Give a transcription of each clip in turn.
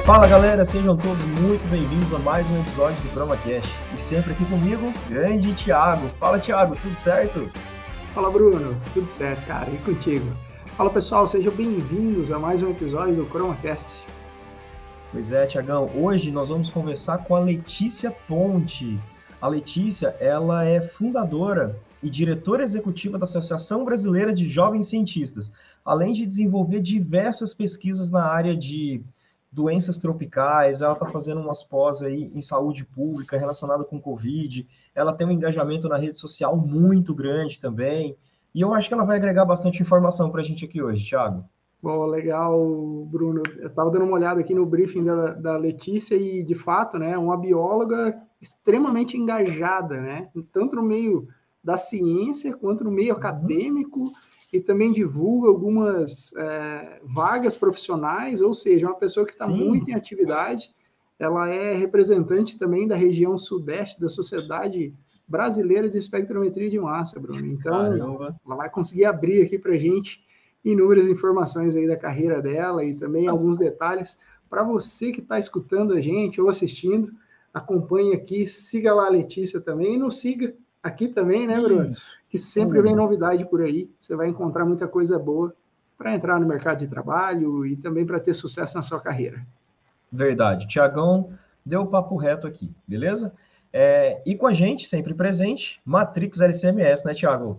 Fala galera, sejam todos muito bem-vindos a mais um episódio do ChromaCast. E sempre aqui comigo, grande Thiago. Fala Thiago, tudo certo? Fala Bruno, tudo certo, cara, e contigo? Fala pessoal, sejam bem-vindos a mais um episódio do ChromaCast. Pois é, Thiagão, hoje nós vamos conversar com a Letícia Ponte. A Letícia, ela é fundadora e diretora executiva da Associação Brasileira de Jovens Cientistas, além de desenvolver diversas pesquisas na área de doenças tropicais. Ela está fazendo umas pós aí em saúde pública relacionada com Covid. Ela tem um engajamento na rede social muito grande também. E eu acho que ela vai agregar bastante informação para a gente aqui hoje, Thiago. Bom, legal, Bruno. Eu estava dando uma olhada aqui no briefing da Letícia e, de fato, né, uma bióloga extremamente engajada, né, tanto no meio da ciência quanto no meio acadêmico, e também divulga algumas vagas profissionais, ou seja, uma pessoa que está muito em atividade. Ela é representante também da região sudeste da Sociedade Brasileira de Espectrometria de Massa, Bruno. Então, Caramba. Ela vai conseguir abrir aqui para a gente inúmeras informações aí da carreira dela e também alguns detalhes para você que está escutando a gente ou assistindo. Acompanhe aqui, siga lá a Letícia também e nos siga aqui também, né, Bruno? Que sempre vem novidade por aí. Você vai encontrar muita coisa boa para entrar no mercado de trabalho e também para ter sucesso na sua carreira. Verdade. Tiagão deu o papo reto aqui, beleza? E com a gente, sempre presente, Matrix LCMS, né, Thiago?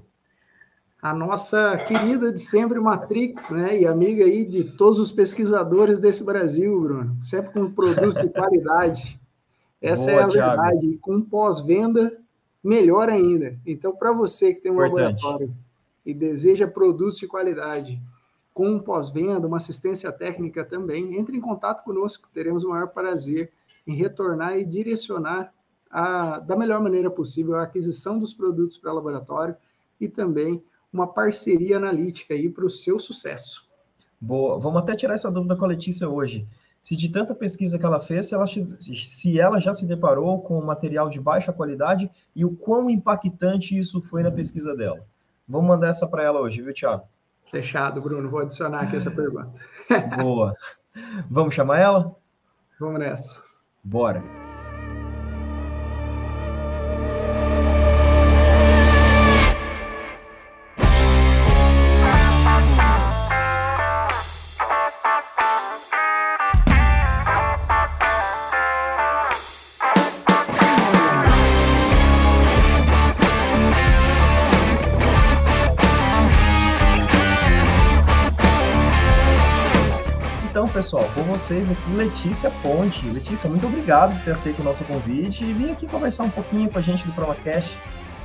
A nossa querida de sempre Matrix, né, e amiga aí de todos os pesquisadores desse Brasil, Bruno, sempre com produtos de qualidade. Essa Boa, é a Thiago. verdade. E com pós-venda, melhor ainda. Então, para você que tem um Importante. laboratório e deseja produtos de qualidade, com pós-venda, uma assistência técnica também, entre em contato conosco. Teremos o maior prazer em retornar e direcionar da melhor maneira possível a aquisição dos produtos para laboratório e também uma parceria analítica aí para o seu sucesso. Boa. Vamos até tirar essa dúvida com a Letícia hoje. Se de tanta pesquisa que ela fez, se ela já se deparou com material de baixa qualidade e o quão impactante isso foi na pesquisa dela. Vamos mandar essa para ela hoje, viu, Thiago? Fechado, Bruno. Vou adicionar aqui essa pergunta. Boa. Vamos chamar ela? Vamos nessa. Bora. Então, pessoal, com vocês aqui, Letícia Ponte. Letícia, muito obrigado por ter aceito o nosso convite e vir aqui conversar um pouquinho com a gente do ChromaCast.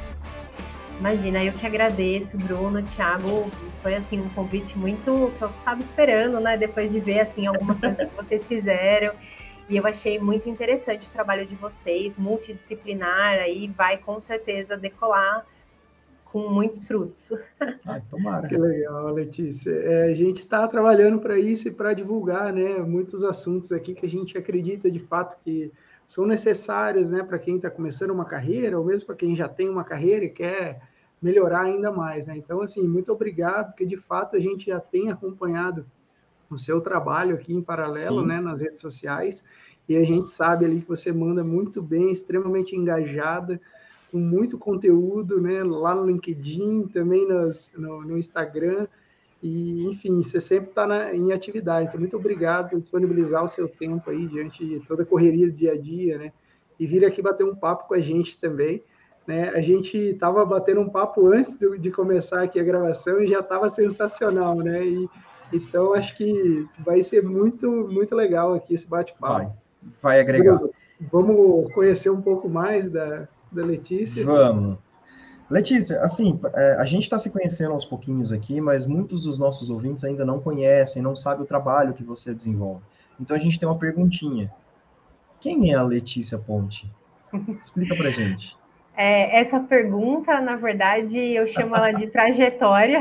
Imagina, eu que agradeço, Bruno, Thiago, foi assim um convite muito que eu estava esperando, né, depois de ver assim algumas coisas que vocês fizeram, e eu achei muito interessante o trabalho de vocês, multidisciplinar, aí vai com certeza decolar com muitos frutos. Tomara. Que legal, Letícia. A gente está trabalhando para isso e para divulgar, né, muitos assuntos aqui que a gente acredita de fato que são necessários, né, para quem está começando uma carreira ou mesmo para quem já tem uma carreira e quer melhorar ainda mais, né? Então, assim, muito obrigado, porque de fato a gente já tem acompanhado o seu trabalho aqui em paralelo, né, nas redes sociais, e a gente sabe ali que você manda muito bem, extremamente engajada, com muito conteúdo, né, lá no LinkedIn, também no Instagram, e, enfim, você sempre está em atividade. Então, muito obrigado por disponibilizar o seu tempo aí, diante de toda a correria do dia a dia, né, e vir aqui bater um papo com a gente também, né. A gente estava batendo um papo antes de começar aqui a gravação e já estava sensacional, né, então acho que vai ser muito, muito legal aqui esse bate-papo. Vai agregar. Bruno, vamos conhecer um pouco mais da Letícia? Vamos. Letícia, assim, a gente está se conhecendo aos pouquinhos aqui, mas muitos dos nossos ouvintes ainda não conhecem, não sabem o trabalho que você desenvolve. Então a gente tem uma perguntinha. Quem é a Letícia Ponte? Explica pra gente. Essa pergunta, na verdade, eu chamo ela de trajetória.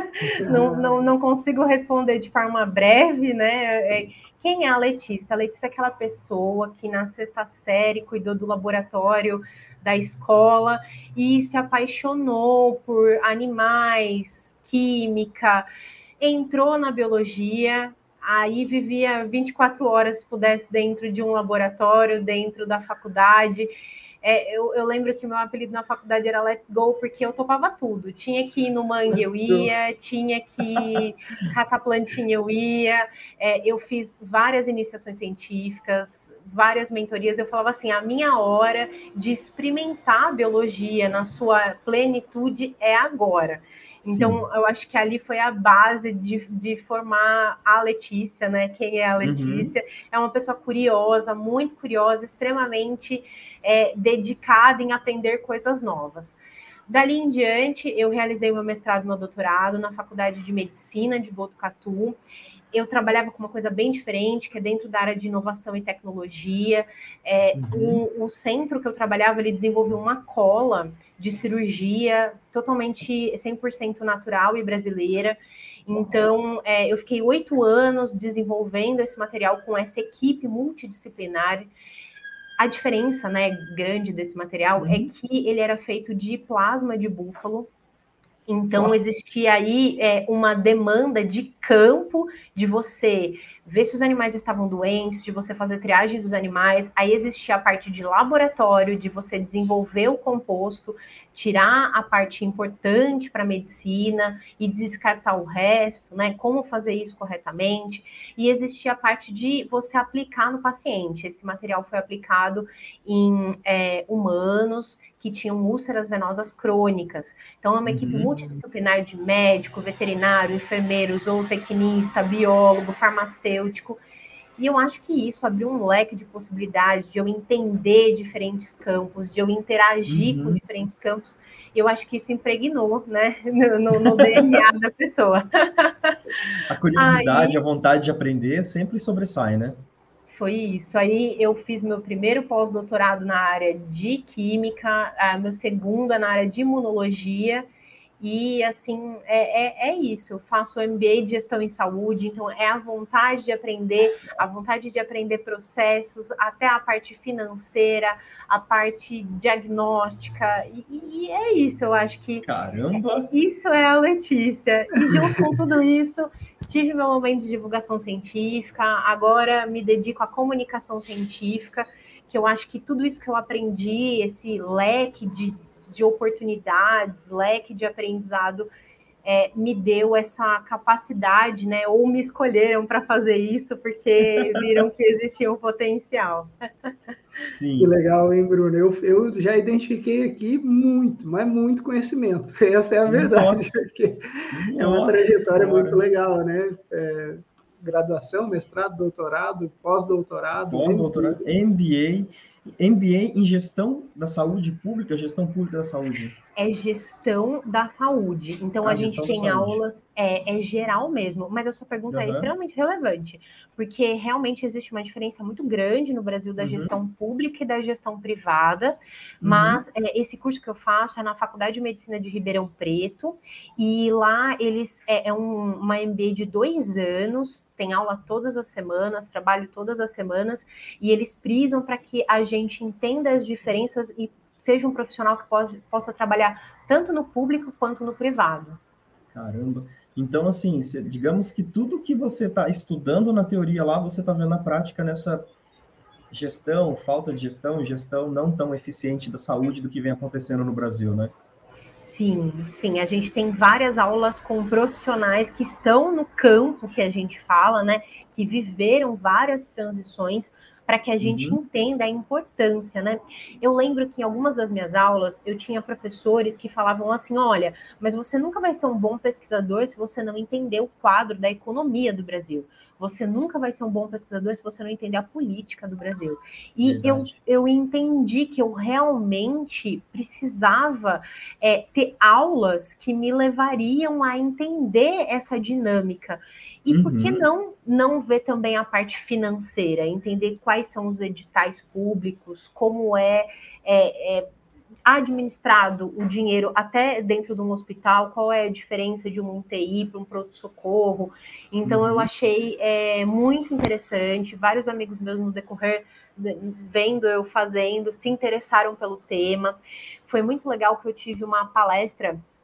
Não consigo responder de forma breve, né? Quem é a Letícia? A Letícia é aquela pessoa que na sexta série cuidou do laboratório da escola e se apaixonou por animais, química, entrou na biologia, aí vivia 24 horas, se pudesse, dentro de um laboratório, dentro da faculdade. Eu lembro que meu apelido na faculdade era Let's Go, porque eu topava tudo. Tinha que ir no mangue, eu ia. Tinha que catar plantinha, eu ia. Eu fiz várias iniciações científicas, várias mentorias. Eu falava assim, a minha hora de experimentar a biologia na sua plenitude é agora. Então, eu acho que ali foi a base de formar a Letícia, né? Quem é a Letícia? É uma pessoa curiosa, muito curiosa, extremamente dedicada em aprender coisas novas. Dali em diante, eu realizei meu mestrado e meu doutorado na Faculdade de Medicina de Botucatu. Eu trabalhava com uma coisa bem diferente, que é dentro da área de inovação e tecnologia. O centro que eu trabalhava, ele desenvolveu uma cola de cirurgia totalmente 100% natural e brasileira. Então, eu fiquei 8 anos desenvolvendo esse material com essa equipe multidisciplinar. A diferença, né, grande desse material é que ele era feito de plasma de búfalo. Então, existia aí uma demanda de campo, de você ver se os animais estavam doentes, de você fazer triagem dos animais. Aí existia a parte de laboratório, de você desenvolver o composto, tirar a parte importante para a medicina e descartar o resto, né? Como fazer isso corretamente. E existia a parte de você aplicar no paciente. Esse material foi aplicado em humanos que tinham úlceras venosas crônicas. Então, é uma equipe multidisciplinar de médico, veterinário, enfermeiro, zootecnista, biólogo, farmacêutico. E eu acho que isso abriu um leque de possibilidades de eu entender diferentes campos, de eu interagir com diferentes campos. E eu acho que isso impregnou, né, no DNA da pessoa. A curiosidade, a vontade de aprender sempre sobressai, né? Foi isso. Aí eu fiz meu primeiro pós-doutorado na área de química, meu segundo na área de imunologia. E, assim, é isso. Eu faço o MBA de gestão em saúde, então é a vontade de aprender processos, até a parte financeira, a parte diagnóstica. E é isso, eu acho que Caramba! Isso é a Letícia. E junto com tudo isso, tive meu momento de divulgação científica, agora me dedico à comunicação científica, que eu acho que tudo isso que eu aprendi, esse leque de oportunidades, leque de aprendizado, me deu essa capacidade, né? Ou me escolheram para fazer isso porque viram que existia um potencial. Sim. Que legal, hein, Bruno? Eu já identifiquei aqui muito, mas muito conhecimento. Essa é a verdade, porque é uma trajetória muito legal, né? Graduação, mestrado, doutorado, pós-doutorado, MBA em gestão da saúde pública, gestão pública da saúde. É gestão da saúde. Então, a gente tem aulas, geral mesmo, mas a sua pergunta é extremamente relevante, porque realmente existe uma diferença muito grande no Brasil da gestão pública e da gestão privada, mas esse curso que eu faço é na Faculdade de Medicina de Ribeirão Preto, e lá eles uma MBA de 2 anos, tem aula todas as semanas, trabalho todas as semanas, e eles prisam para que a gente entenda as diferenças e seja um profissional que possa trabalhar tanto no público quanto no privado. Caramba! Então, assim, digamos que tudo que você está estudando na teoria lá, você está vendo na prática nessa gestão, falta de gestão não tão eficiente da saúde do que vem acontecendo no Brasil, né? Sim, a gente tem várias aulas com profissionais que estão no campo que a gente fala, né? Que viveram várias transições para que a gente entenda a importância, né? Eu lembro que em algumas das minhas aulas eu tinha professores que falavam assim: olha, mas você nunca vai ser um bom pesquisador se você não entender o quadro da economia do Brasil. Você nunca vai ser um bom pesquisador se você não entender a política do Brasil. E eu entendi que eu realmente precisava ter aulas que me levariam a entender essa dinâmica. E por que não ver também a parte financeira, entender quais são os editais públicos, como é administrado o dinheiro até dentro de um hospital, qual é a diferença de um UTI para um pronto-socorro. Então, eu achei muito interessante. Vários amigos meus no decorrer, vendo eu fazendo, se interessaram pelo tema. Foi muito legal que eu tive uma palestra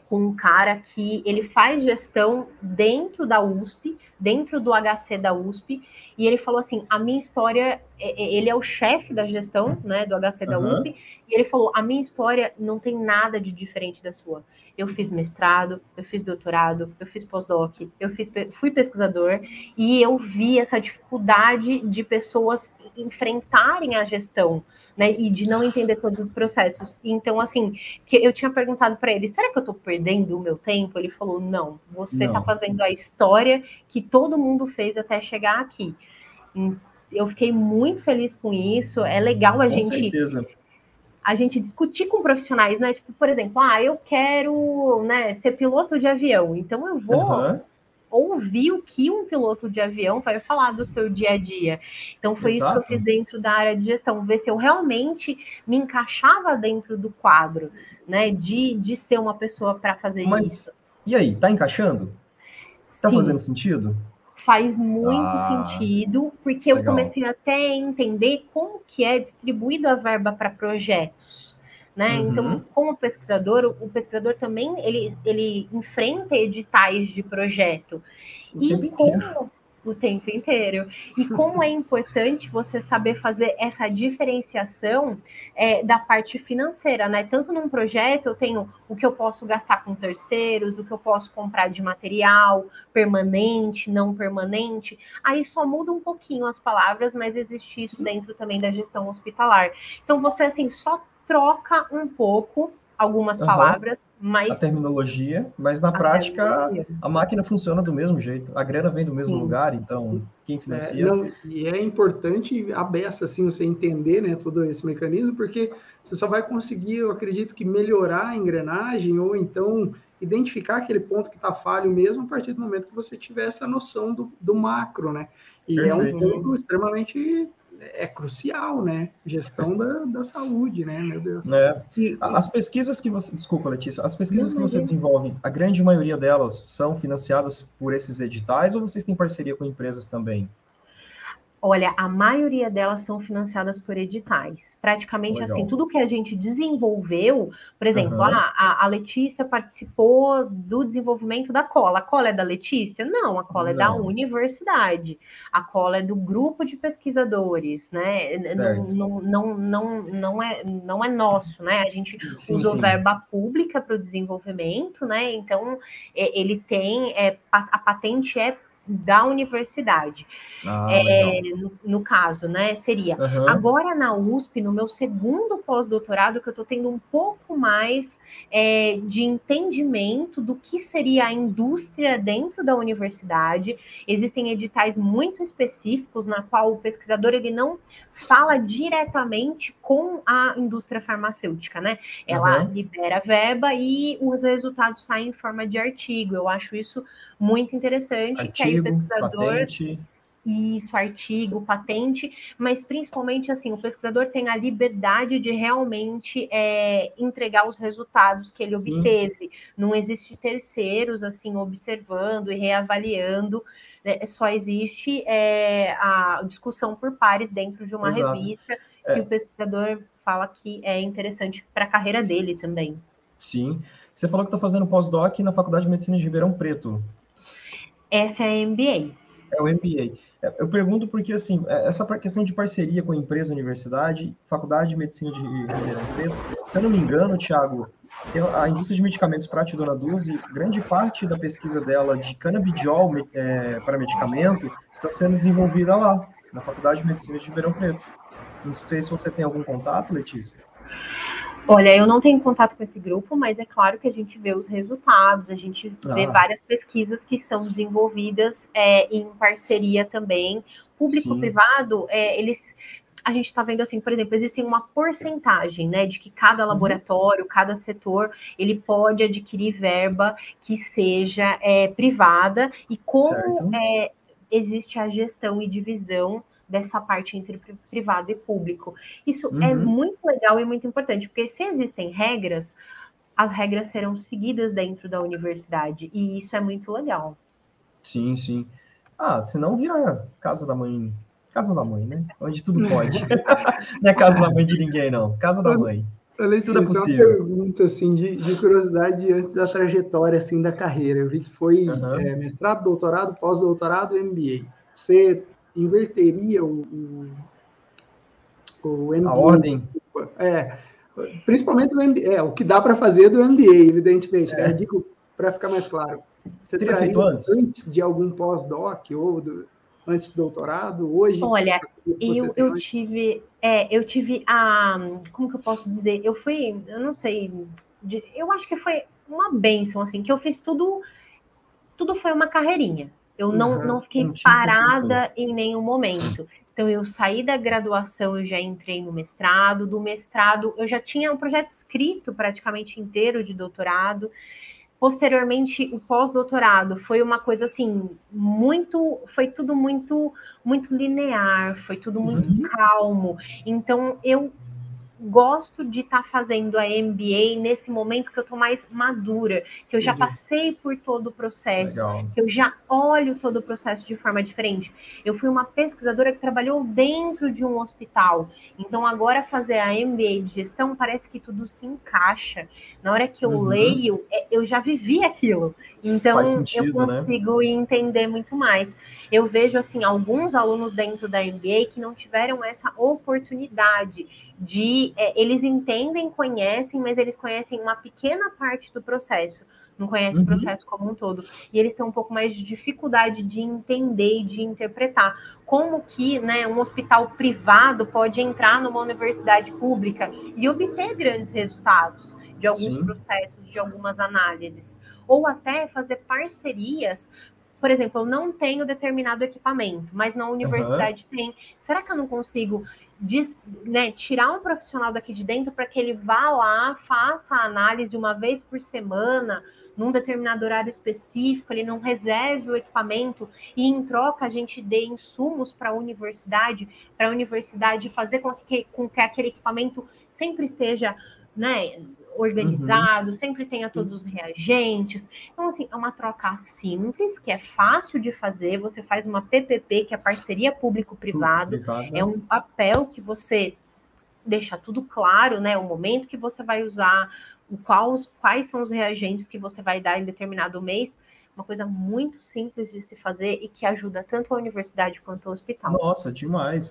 com um cara que ele faz gestão dentro da USP, dentro do HC da USP, e ele falou assim, a minha história, ele é o chefe da gestão, né, do HC da USP, e ele falou, a minha história não tem nada de diferente da sua. Eu fiz mestrado, eu fiz doutorado, eu fiz pós-doc, fui pesquisador, e eu vi essa dificuldade de pessoas enfrentarem a gestão, né, e de não entender todos os processos. Então, assim, que eu tinha perguntado para ele, será que eu estou perdendo o meu tempo? Ele falou, não, você está fazendo a história que todo mundo fez até chegar aqui. Eu fiquei muito feliz com isso, é legal a gente discutir com profissionais, né? Tipo, por exemplo, eu quero, né, ser piloto de avião, então eu vou ouvir o que um piloto de avião vai falar do seu dia a dia. Então foi isso que eu fiz dentro da área de gestão, ver se eu realmente me encaixava dentro do quadro, né, de ser uma pessoa para fazer isso. E aí, tá encaixando? Tá fazendo sentido? Faz muito sentido, porque eu comecei até a entender como que é distribuído a verba para projetos. Né? Então, como pesquisador, o pesquisador também ele enfrenta editais de projeto. O tempo inteiro. E como é importante você saber fazer essa diferenciação da parte financeira, né? Tanto num projeto eu tenho o que eu posso gastar com terceiros, o que eu posso comprar de material permanente, não permanente. Aí só muda um pouquinho as palavras, mas existe isso dentro também da gestão hospitalar. Então você assim só troca um pouco algumas palavras, mas... A terminologia, mas na prática a máquina funciona do mesmo jeito. A grana vem do mesmo lugar, então quem financia... E é importante a beça, assim, você entender, né, todo esse mecanismo, porque você só vai conseguir, eu acredito que melhorar a engrenagem ou então identificar aquele ponto que está falho mesmo a partir do momento que você tiver essa noção do macro, né? E Perfeito. É um ponto extremamente... crucial, né? Gestão da saúde, né? Meu Deus. As pesquisas que você... Desculpa, Letícia. As pesquisas que você desenvolve, a grande maioria delas são financiadas por esses editais ou vocês têm parceria com empresas também? Olha, a maioria delas são financiadas por editais. Praticamente assim, tudo que a gente desenvolveu, por exemplo, a Letícia participou do desenvolvimento da cola. A cola é da Letícia? Não, a cola é da universidade. A cola é do grupo de pesquisadores, né? Não é nosso, né? A gente usou verba pública para o desenvolvimento, né? Então, ele tem, a patente é da universidade. No caso, né, seria. Agora, na USP, no meu segundo pós-doutorado, que eu estou tendo um pouco mais de entendimento do que seria a indústria dentro da universidade. Existem editais muito específicos na qual o pesquisador ele não fala diretamente com a indústria farmacêutica, né? Ela libera verba e os resultados saem em forma de artigo. Eu acho isso muito interessante. Artigo, que aí o pesquisador... patente... Isso, artigo, patente, mas principalmente assim, o pesquisador tem a liberdade de realmente entregar os resultados que ele obteve. Não existe terceiros assim observando e reavaliando, né? Só existe a discussão por pares dentro de uma revista que o pesquisador fala que é interessante para a carreira dele também. Sim. Você falou que está fazendo pós-doc na Faculdade de Medicina de Ribeirão Preto. Essa é a MBA. É o MBA. Eu pergunto porque, assim, essa questão de parceria com a empresa, universidade, Faculdade de Medicina de Ribeirão Preto, se eu não me engano, Thiago, a indústria de medicamentos para a Dona Dulce, grande parte da pesquisa dela de canabidiol para medicamento está sendo desenvolvida lá, na Faculdade de Medicina de Ribeirão Preto. Não sei se você tem algum contato, Letícia. Olha, eu não tenho contato com esse grupo, mas é claro que a gente vê os resultados, a gente vê várias pesquisas que são desenvolvidas em parceria também. Público-privado, a gente está vendo assim, por exemplo, existe uma porcentagem, né, de que cada laboratório, cada setor, ele pode adquirir verba que seja privada, e como existe a gestão e divisão dessa parte entre privado e público. Isso é muito legal e muito importante, porque se existem regras, as regras serão seguidas dentro da universidade, e isso é muito legal. Sim, sim. Senão vira casa da mãe, né? Onde tudo pode. Não é casa da mãe de ninguém, não. Casa da mãe. Ô, Tudo é Letícia, uma possível. pergunta assim, de curiosidade antes da trajetória assim, da carreira. Eu vi que foi Aham. mestrado, doutorado, pós-doutorado e MBA. Você inverteria o A MBA, ordem desculpa. Principalmente o MBA, o que dá para fazer do MBA, evidentemente, né? Eu é, digo para ficar mais claro. Você teria feito traria antes? antes de algum pós-doc ou antes do doutorado, hoje, Olha, o que você eu, tem eu hoje? tive, eu tive a, como que eu posso dizer? Eu não sei, eu acho que foi uma bênção, assim, que eu fiz tudo foi uma carreirinha. Eu não Uhum. fiquei Um tiro para cima foi. parada em nenhum momento. Então, eu saí da graduação, eu já entrei no mestrado. Do mestrado, eu já tinha um projeto escrito praticamente inteiro de doutorado. Posteriormente, o pós-doutorado foi uma coisa assim, foi tudo muito linear, foi tudo muito Uhum. calmo. Então, eu gosto de estar fazendo a MBA nesse momento que eu estou mais madura, que eu já Entendi. passei por todo o processo, Legal. que eu já olho todo o processo de forma diferente. Eu fui uma pesquisadora que trabalhou dentro de um hospital, então agora fazer a MBA de gestão parece que tudo se encaixa. Na hora que eu Uhum. leio, eu já vivi aquilo, Faz então eu sentido, né? consigo entender muito mais. Eu vejo assim alguns alunos dentro da MBA que não tiveram essa oportunidade eles entendem, conhecem, mas eles conhecem uma pequena parte do processo, não conhecem o Uhum. processo como um todo. E eles têm um pouco mais de dificuldade de entender e de interpretar. Como que, né, um hospital privado pode entrar numa universidade pública e obter grandes resultados de alguns Sim. processos, de algumas análises. Ou até fazer parcerias. Por exemplo, eu não tenho determinado equipamento, mas na Aham. universidade tem. Será que eu não consigo tirar um profissional daqui de dentro para que ele vá lá, faça a análise uma vez por semana, num determinado horário específico, ele não reserve o equipamento e em troca a gente dê insumos para a universidade fazer com que aquele equipamento sempre esteja, né, Uhum. organizado, sempre tenha todos os reagentes. Então, assim, é uma troca simples, que é fácil de fazer. Você faz uma PPP, que é parceria público-privado, é Obrigada. um papel que você deixa tudo claro, né? O momento que você vai usar, quais são os reagentes que você vai dar em determinado mês. Uma coisa muito simples de se fazer e que ajuda tanto a universidade quanto o hospital. Nossa, demais.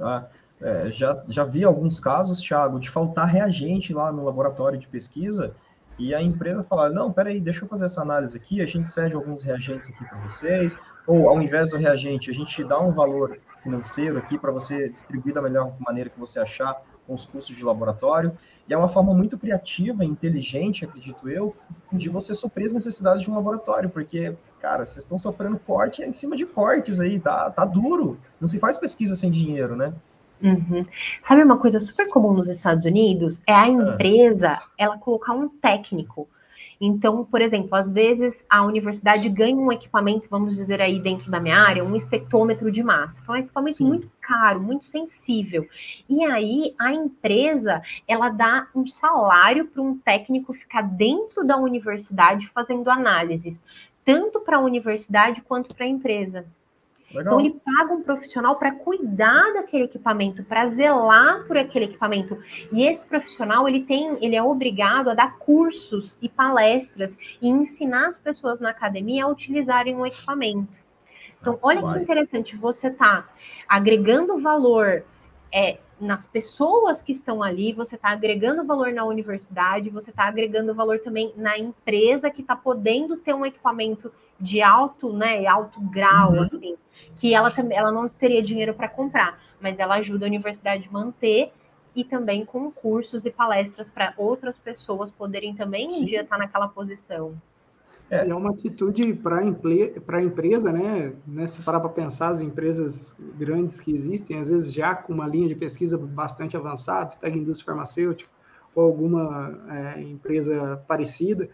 Já vi alguns casos, Thiago, de faltar reagente lá no laboratório de pesquisa e a empresa falar, não, peraí, deixa eu fazer essa análise aqui, a gente cede alguns reagentes aqui para vocês, ou ao invés do reagente, a gente dá um valor financeiro aqui para você distribuir da melhor maneira que você achar com os custos de laboratório. E é uma forma muito criativa e inteligente, acredito eu, de você suprir as necessidades de um laboratório, porque, cara, vocês estão sofrendo corte em cima de cortes aí, tá duro. Não se faz pesquisa sem dinheiro, né? Uhum. Sabe uma coisa super comum nos Estados Unidos? É a Ah, empresa, ela colocar um técnico. Então, por exemplo, às vezes a universidade ganha um equipamento, vamos dizer aí dentro da minha área, um espectrômetro de massa, que é um equipamento sim. muito caro, muito sensível. E aí a empresa, ela dá um salário para um técnico ficar dentro da universidade fazendo análises, tanto para a universidade quanto para a empresa. Então, ele Legal. paga um profissional para cuidar daquele equipamento, para zelar por aquele equipamento. E esse profissional, ele é obrigado a dar cursos e palestras e ensinar as pessoas na academia a utilizarem o equipamento. Então, olha que Rapaz. interessante, você está agregando valor nas pessoas que estão ali, você está agregando valor na universidade, você está agregando valor também na empresa que está podendo ter um equipamento de alto, né, alto grau, Uhum. assim, que ela não teria dinheiro para comprar, mas ela ajuda a universidade a manter e também com cursos e palestras para outras pessoas poderem também um dia Sim. estar naquela posição. E é É. uma atitude para a empresa, né? Se parar para pensar, as empresas grandes que existem, às vezes já com uma linha de pesquisa bastante avançada, você pega a indústria farmacêutica ou alguma empresa parecida,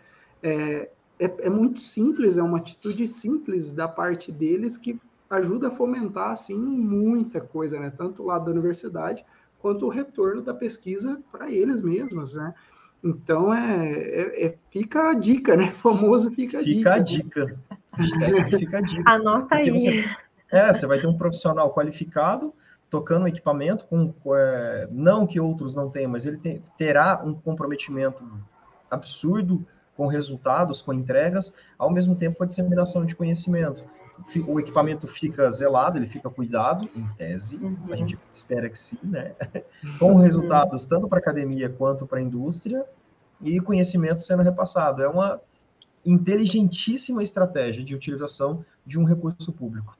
é muito simples, é uma atitude simples da parte deles que ajuda a fomentar, assim, muita coisa, né? Tanto o lado da universidade, quanto o retorno da pesquisa para eles mesmos, né? Então, fica a dica, né? O famoso fica a Fica a dica, né? dica. Hashtag fica a dica. Anota Porque aí. você vai ter um profissional qualificado, tocando o equipamento, não que outros não tenham, mas ele terá um comprometimento absurdo com resultados, com entregas, ao mesmo tempo com a disseminação de conhecimento. O equipamento fica zelado, ele fica cuidado, em tese, a gente espera que sim, né? Com resultados tanto para a academia quanto para a indústria, e conhecimento sendo repassado. É uma inteligentíssima estratégia de utilização de um recurso público.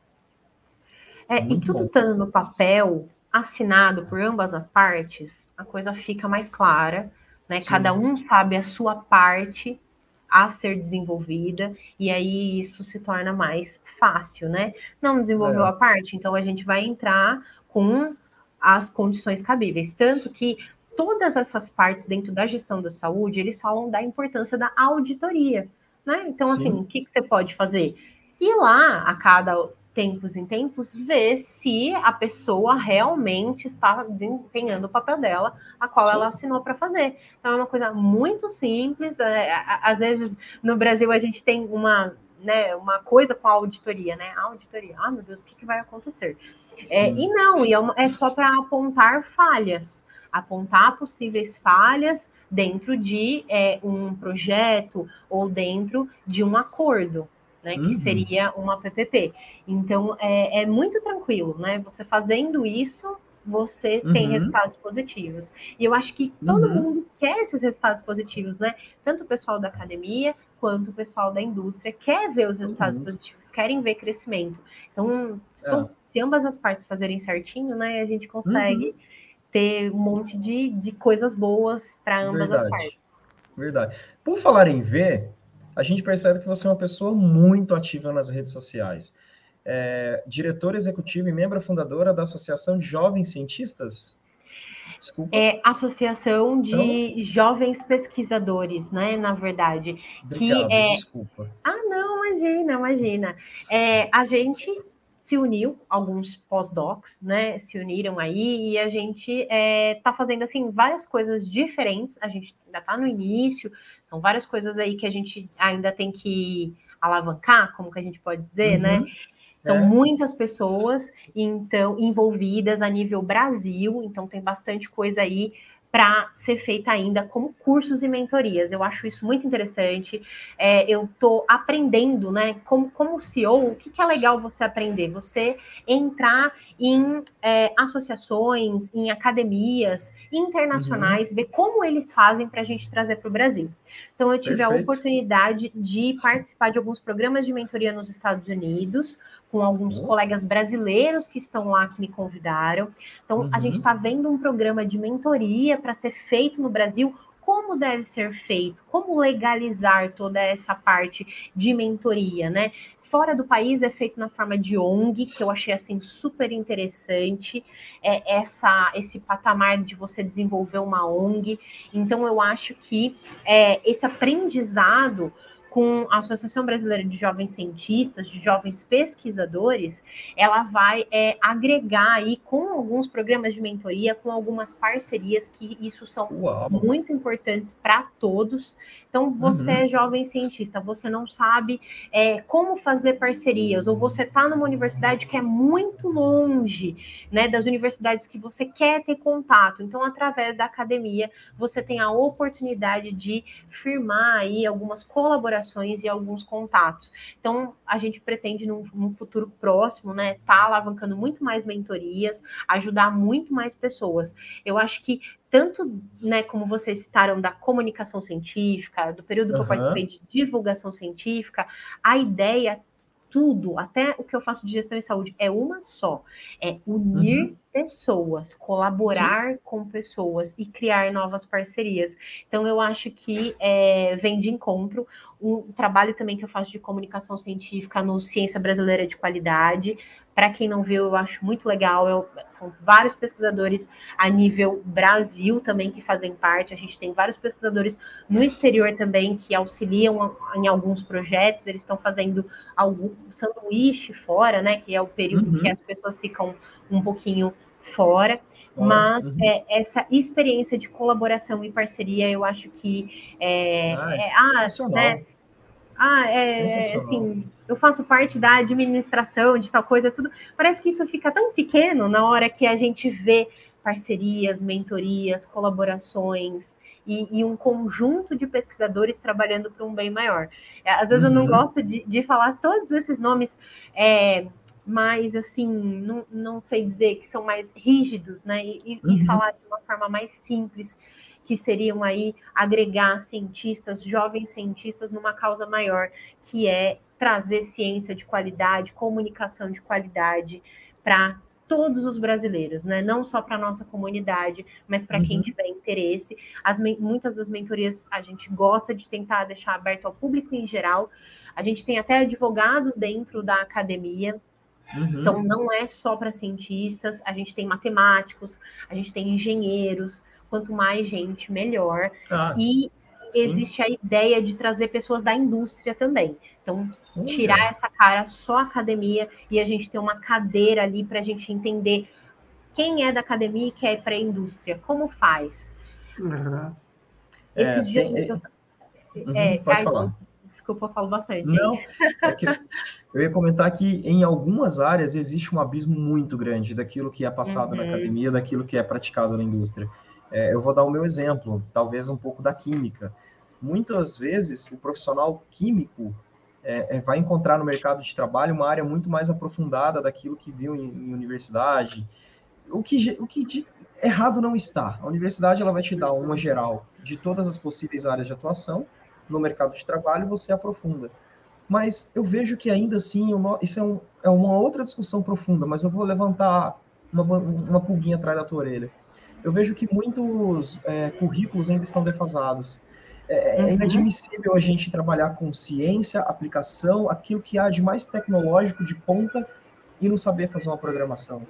E tudo estando no papel, assinado por ambas as partes, a coisa fica mais clara, né? Sim. Cada um sabe a sua parte a ser desenvolvida, e aí isso se torna mais fácil, né? Não desenvolveu a parte, então a gente vai entrar com as condições cabíveis. Tanto que todas essas partes dentro da gestão da saúde, eles falam da importância da auditoria, né? Então, sim, assim, o que você pode fazer? Ir lá a cada tempos em tempos, ver se a pessoa realmente está desempenhando o papel dela, a qual ela assinou para fazer. Então, é uma coisa muito simples. Às vezes, no Brasil, a gente tem uma coisa com a auditoria, né? A auditoria, meu Deus, o que vai acontecer? É só para apontar falhas, apontar possíveis falhas dentro de um projeto ou dentro de um acordo, né, que seria uma PPP. Então, é muito tranquilo, né? Você fazendo isso, você tem resultados positivos. E eu acho que todo mundo quer esses resultados positivos, né? Tanto o pessoal da academia, quanto o pessoal da indústria quer ver os resultados positivos, querem ver crescimento. Então, se ambas as partes fazerem certinho, né, a gente consegue ter um monte de coisas boas para ambas as partes. Verdade. Por falar em ver, a gente percebe que você é uma pessoa muito ativa nas redes sociais. Diretora executiva e membro fundadora da Associação de Jovens Cientistas? Desculpa. Associação de Jovens Pesquisadores, né, na verdade. Obrigado, desculpa. Não, imagina. A gente se uniu, alguns pós-docs, né, se uniram aí, e a gente está fazendo, assim, várias coisas diferentes. A gente ainda está no início, são várias coisas aí que a gente ainda tem que alavancar, como que a gente pode dizer, né? São muitas pessoas, então, envolvidas a nível Brasil, então tem bastante coisa aí para ser feita ainda, como cursos e mentorias. Eu acho isso muito interessante. Eu estou aprendendo, né? Como CEO, o que é legal você aprender? Você entrar em associações, em academias internacionais, ver como eles fazem para a gente trazer para o Brasil. Então, eu tive a oportunidade de participar de alguns programas de mentoria nos Estados Unidos, com alguns colegas brasileiros que estão lá, que me convidaram. Então, a gente está vendo um programa de mentoria para ser feito no Brasil, como deve ser feito, como legalizar toda essa parte de mentoria, né? Fora do país é feito na forma de ONG, que eu achei assim super interessante, esse patamar de você desenvolver uma ONG. Então, eu acho que esse aprendizado com a Associação Brasileira de Jovens Cientistas, de jovens pesquisadores, ela vai agregar aí com alguns programas de mentoria, com algumas parcerias, que isso são muito importantes para todos. Então, você é jovem cientista, você não sabe como fazer parcerias, ou você está numa universidade que é muito longe, né, das universidades que você quer ter contato. Então, através da academia, você tem a oportunidade de firmar aí algumas colaborações e alguns contatos. Então, a gente pretende, num futuro próximo, né, tá alavancando muito mais mentorias, ajudar muito mais pessoas. Eu acho que tanto, né, como vocês citaram, da comunicação científica, do período que eu participei de divulgação científica, a ideia, tudo, até o que eu faço de gestão em saúde, é uma só, é unir pessoas, colaborar com pessoas e criar novas parcerias. Então, eu acho que vem de encontro um trabalho também que eu faço de comunicação científica no Ciência Brasileira de Qualidade. Para quem não viu, eu acho muito legal. São vários pesquisadores a nível Brasil também que fazem parte. A gente tem vários pesquisadores no exterior também que auxiliam em alguns projetos. Eles estão fazendo algum sanduíche fora, né? Que é o período que as pessoas ficam um pouquinho fora. Mas essa experiência de colaboração e parceria, eu acho que sensacional. Né, Assim, eu faço parte da administração de tal coisa, tudo. Parece que isso fica tão pequeno na hora que a gente vê parcerias, mentorias, colaborações e um conjunto de pesquisadores trabalhando para um bem maior. Às vezes eu não gosto de falar todos esses nomes, mas assim, não sei dizer que são mais rígidos, né? E falar de uma forma mais simples, que seriam aí agregar cientistas, jovens cientistas, numa causa maior, que é trazer ciência de qualidade, comunicação de qualidade para todos os brasileiros, né? Não só para a nossa comunidade, mas para quem tiver interesse. Muitas das mentorias a gente gosta de tentar deixar aberto ao público em geral. A gente tem até advogados dentro da academia, então não é só para cientistas, a gente tem matemáticos, a gente tem engenheiros. Quanto mais gente, melhor. E existe a ideia de trazer pessoas da indústria também. Então, tirar essa cara só academia e a gente ter uma cadeira ali para a gente entender quem é da academia e quer ir para a indústria. Como faz? Esses dias... Pode falar. Desculpa, eu falo bastante. Não, eu ia comentar que em algumas áreas existe um abismo muito grande daquilo que é passado na academia, daquilo que é praticado na indústria. Eu vou dar o meu exemplo, talvez um pouco da química. Muitas vezes, o profissional químico vai encontrar no mercado de trabalho uma área muito mais aprofundada daquilo que viu em universidade. O que de errado não está. A universidade ela vai te dar uma geral de todas as possíveis áreas de atuação. No mercado de trabalho, você aprofunda. Mas eu vejo que ainda assim, isso é uma outra discussão profunda, mas eu vou levantar uma pulguinha atrás da tua orelha. Eu vejo que muitos currículos ainda estão defasados. É inadmissível a gente trabalhar com ciência, aplicação, aquilo que há de mais tecnológico, de ponta, e não saber fazer uma programação.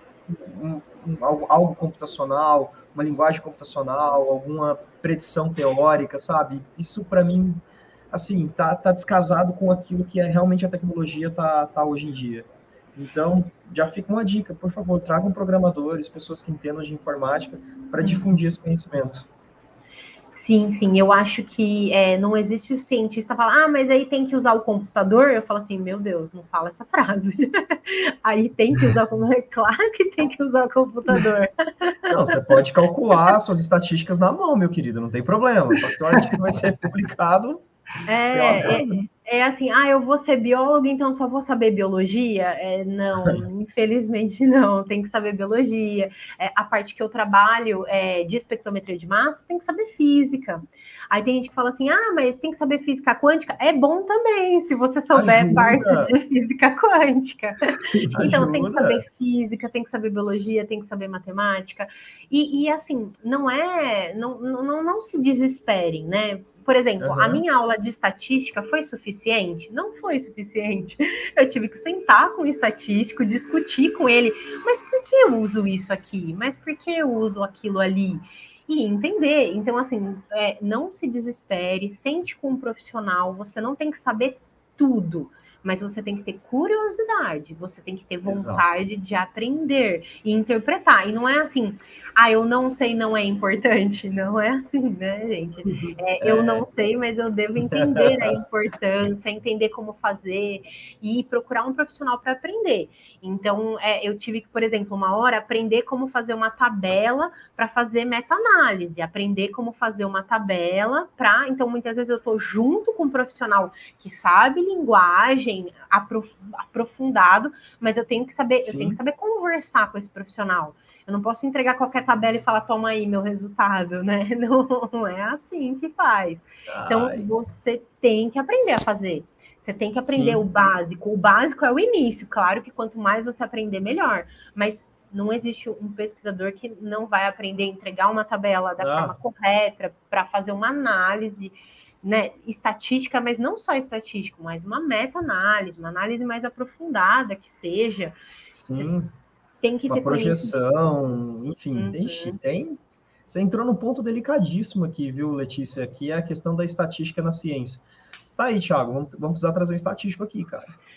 Algo computacional, uma linguagem computacional, alguma predição teórica, sabe? Isso, para mim, assim, tá descasado com aquilo que realmente a tecnologia tá hoje em dia. Então, já fica uma dica, por favor, tragam programadores, pessoas que entendam de informática, para difundir esse conhecimento. Sim, eu acho que não existe o cientista falar, mas aí tem que usar o computador. Eu falo assim, meu Deus, não fala essa frase. Aí tem que usar o computador. Claro que tem que usar o computador. Não, você pode calcular suas estatísticas na mão, meu querido, não tem problema. Só que na hora que vai ser publicado... assim, eu vou ser biólogo, então só vou saber biologia? Não, infelizmente não, tem que saber biologia. A parte que eu trabalho de espectrometria de massa, tem que saber física. Aí tem gente que fala assim, mas tem que saber física quântica. É bom também, se você souber parte de física quântica. Então tem que saber física, tem que saber biologia, tem que saber matemática. E assim, não se desesperem, né? Por exemplo, a minha aula de estatística foi suficiente? Não foi suficiente. Eu tive que sentar com o estatístico, discutir com ele. Mas por que eu uso isso aqui? Mas por que eu uso aquilo ali? E entender. Então, assim, não se desespere, sente com um profissional. Você não tem que saber tudo, mas você tem que ter curiosidade, você tem que ter vontade de aprender e interpretar. E não é assim, eu não sei, não é importante. Não é assim, né, gente? Eu não sei, mas eu devo entender a importância, entender como fazer e procurar um profissional para aprender. Então, eu tive que, por exemplo, uma hora aprender como fazer uma tabela para fazer meta-análise, aprender como fazer uma tabela para... Então, muitas vezes eu estou junto com um profissional que sabe linguagem, aprofundado, mas eu tenho que saber conversar com esse profissional. Eu não posso entregar qualquer tabela e falar, toma aí meu resultado, né? Não é assim que faz. Então, você tem que aprender a fazer. Você tem que aprender o básico. O básico é o início. Claro que quanto mais você aprender, melhor. Mas não existe um pesquisador que não vai aprender a entregar uma tabela da forma correta para fazer uma análise, né, estatística, mas não só estatística, mas uma meta-análise, uma análise mais aprofundada que seja. Sim, tem que uma ter projeção, enfim, tem. Você entrou num ponto delicadíssimo aqui, viu, Letícia, que é a questão da estatística na ciência. Tá aí, Thiago, vamos precisar trazer um estatístico aqui, cara.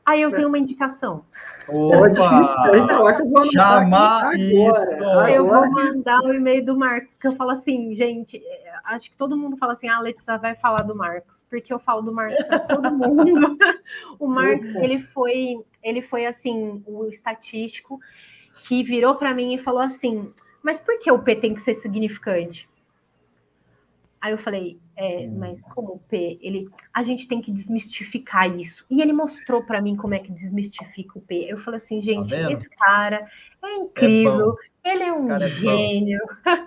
Aí eu tenho uma indicação. Pode falar que eu vou chamar isso. Eu vou mandar o e-mail do Marcos, que eu falo assim, gente, acho que todo mundo fala assim, a Letícia vai falar do Marcos, porque eu falo do Marcos para todo mundo. O Marcos, ele foi assim, o estatístico que virou para mim e falou assim, mas por que o P tem que ser significante? Aí eu falei, mas como o P, a gente tem que desmistificar isso. E ele mostrou para mim como é que desmistifica o P. Eu falei assim, gente, esse cara é incrível, ele é um gênio.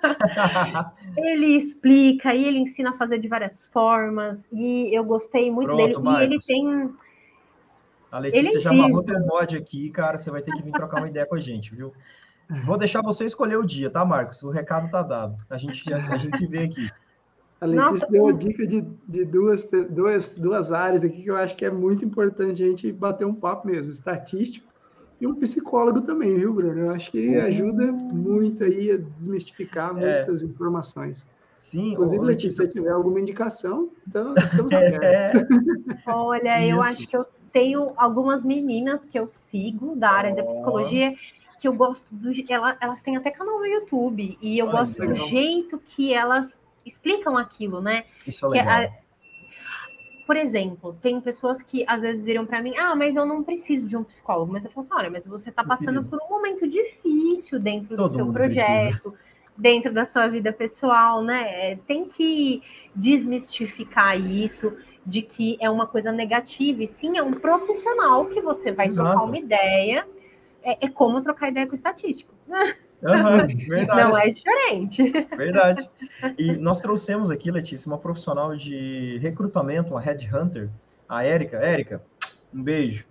Ele explica e ele ensina a fazer de várias formas. E eu gostei muito dele. Marcos. E ele tem... A Letícia já amarrou teu bode aqui, cara. Você vai ter que vir trocar uma ideia com a gente, viu? Vou deixar você escolher o dia, tá, Marcos? O recado tá dado. A gente se vê aqui. A Letícia deu a dica de duas áreas aqui que eu acho que é muito importante a gente bater um papo mesmo, estatístico e um psicólogo também, viu, Bruno? Eu acho que ajuda muito aí a desmistificar muitas informações. Sim. Inclusive, Letícia, se tiver alguma indicação, então estamos abertos. Olha, eu acho que eu tenho algumas meninas que eu sigo da área da psicologia que eu gosto elas têm até canal no YouTube e eu gosto do jeito que elas explicam aquilo, né? Isso é legal. Por exemplo, tem pessoas que às vezes viram para mim, mas eu não preciso de um psicólogo. Mas eu falo assim, olha, mas você está passando por um momento difícil dentro do seu projeto, dentro da sua vida pessoal, né? Tem que desmistificar isso de que é uma coisa negativa. E sim, é um profissional que você vai trocar uma ideia. É como trocar ideia com o estatístico. Verdade. Não é diferente. Verdade. E nós trouxemos aqui, Letícia, uma profissional de recrutamento, uma headhunter, a Érica. Érica, um beijo.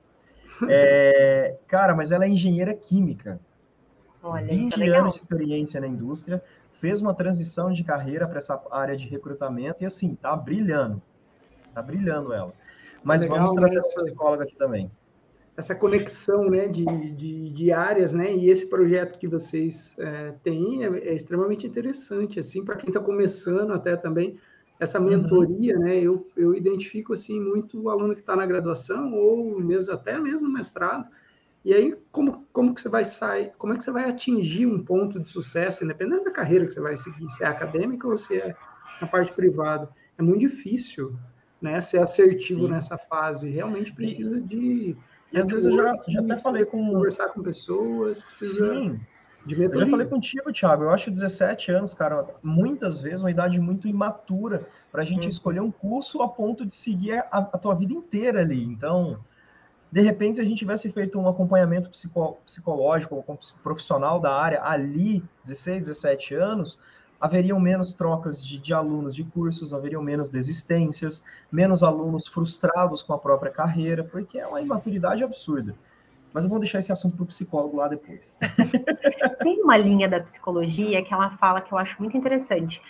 Cara, mas ela é engenheira química. Olha, 20 anos de experiência na indústria, fez uma transição de carreira para essa área de recrutamento e assim, tá brilhando. Tá brilhando ela. Mas vamos trazer essa psicóloga aqui também. Essa conexão, né, de áreas, né, e esse projeto que vocês têm é extremamente interessante, assim, para quem está começando até também, essa mentoria, né, eu identifico, assim, muito o aluno que está na graduação ou mesmo até mesmo no mestrado, e aí como que você vai sair, como é que você vai atingir um ponto de sucesso, independente da carreira que você vai seguir, se é acadêmica ou se é na parte privada, é muito difícil, né, ser assertivo nessa fase, realmente precisa de... Às vezes eu já até falei conversar com pessoas, precisa de mentoria. Eu já falei contigo, Thiago, eu acho 17 anos, cara, muitas vezes uma idade muito imatura para a gente escolher um curso a ponto de seguir a tua vida inteira ali. Então, de repente, se a gente tivesse feito um acompanhamento psicológico ou profissional da área ali, 16, 17 anos, haveriam menos trocas de alunos de cursos, haveriam menos desistências, menos alunos frustrados com a própria carreira, porque é uma imaturidade absurda. Mas eu vou deixar esse assunto para o psicólogo lá depois. Tem uma linha da psicologia que ela fala que eu acho muito interessante.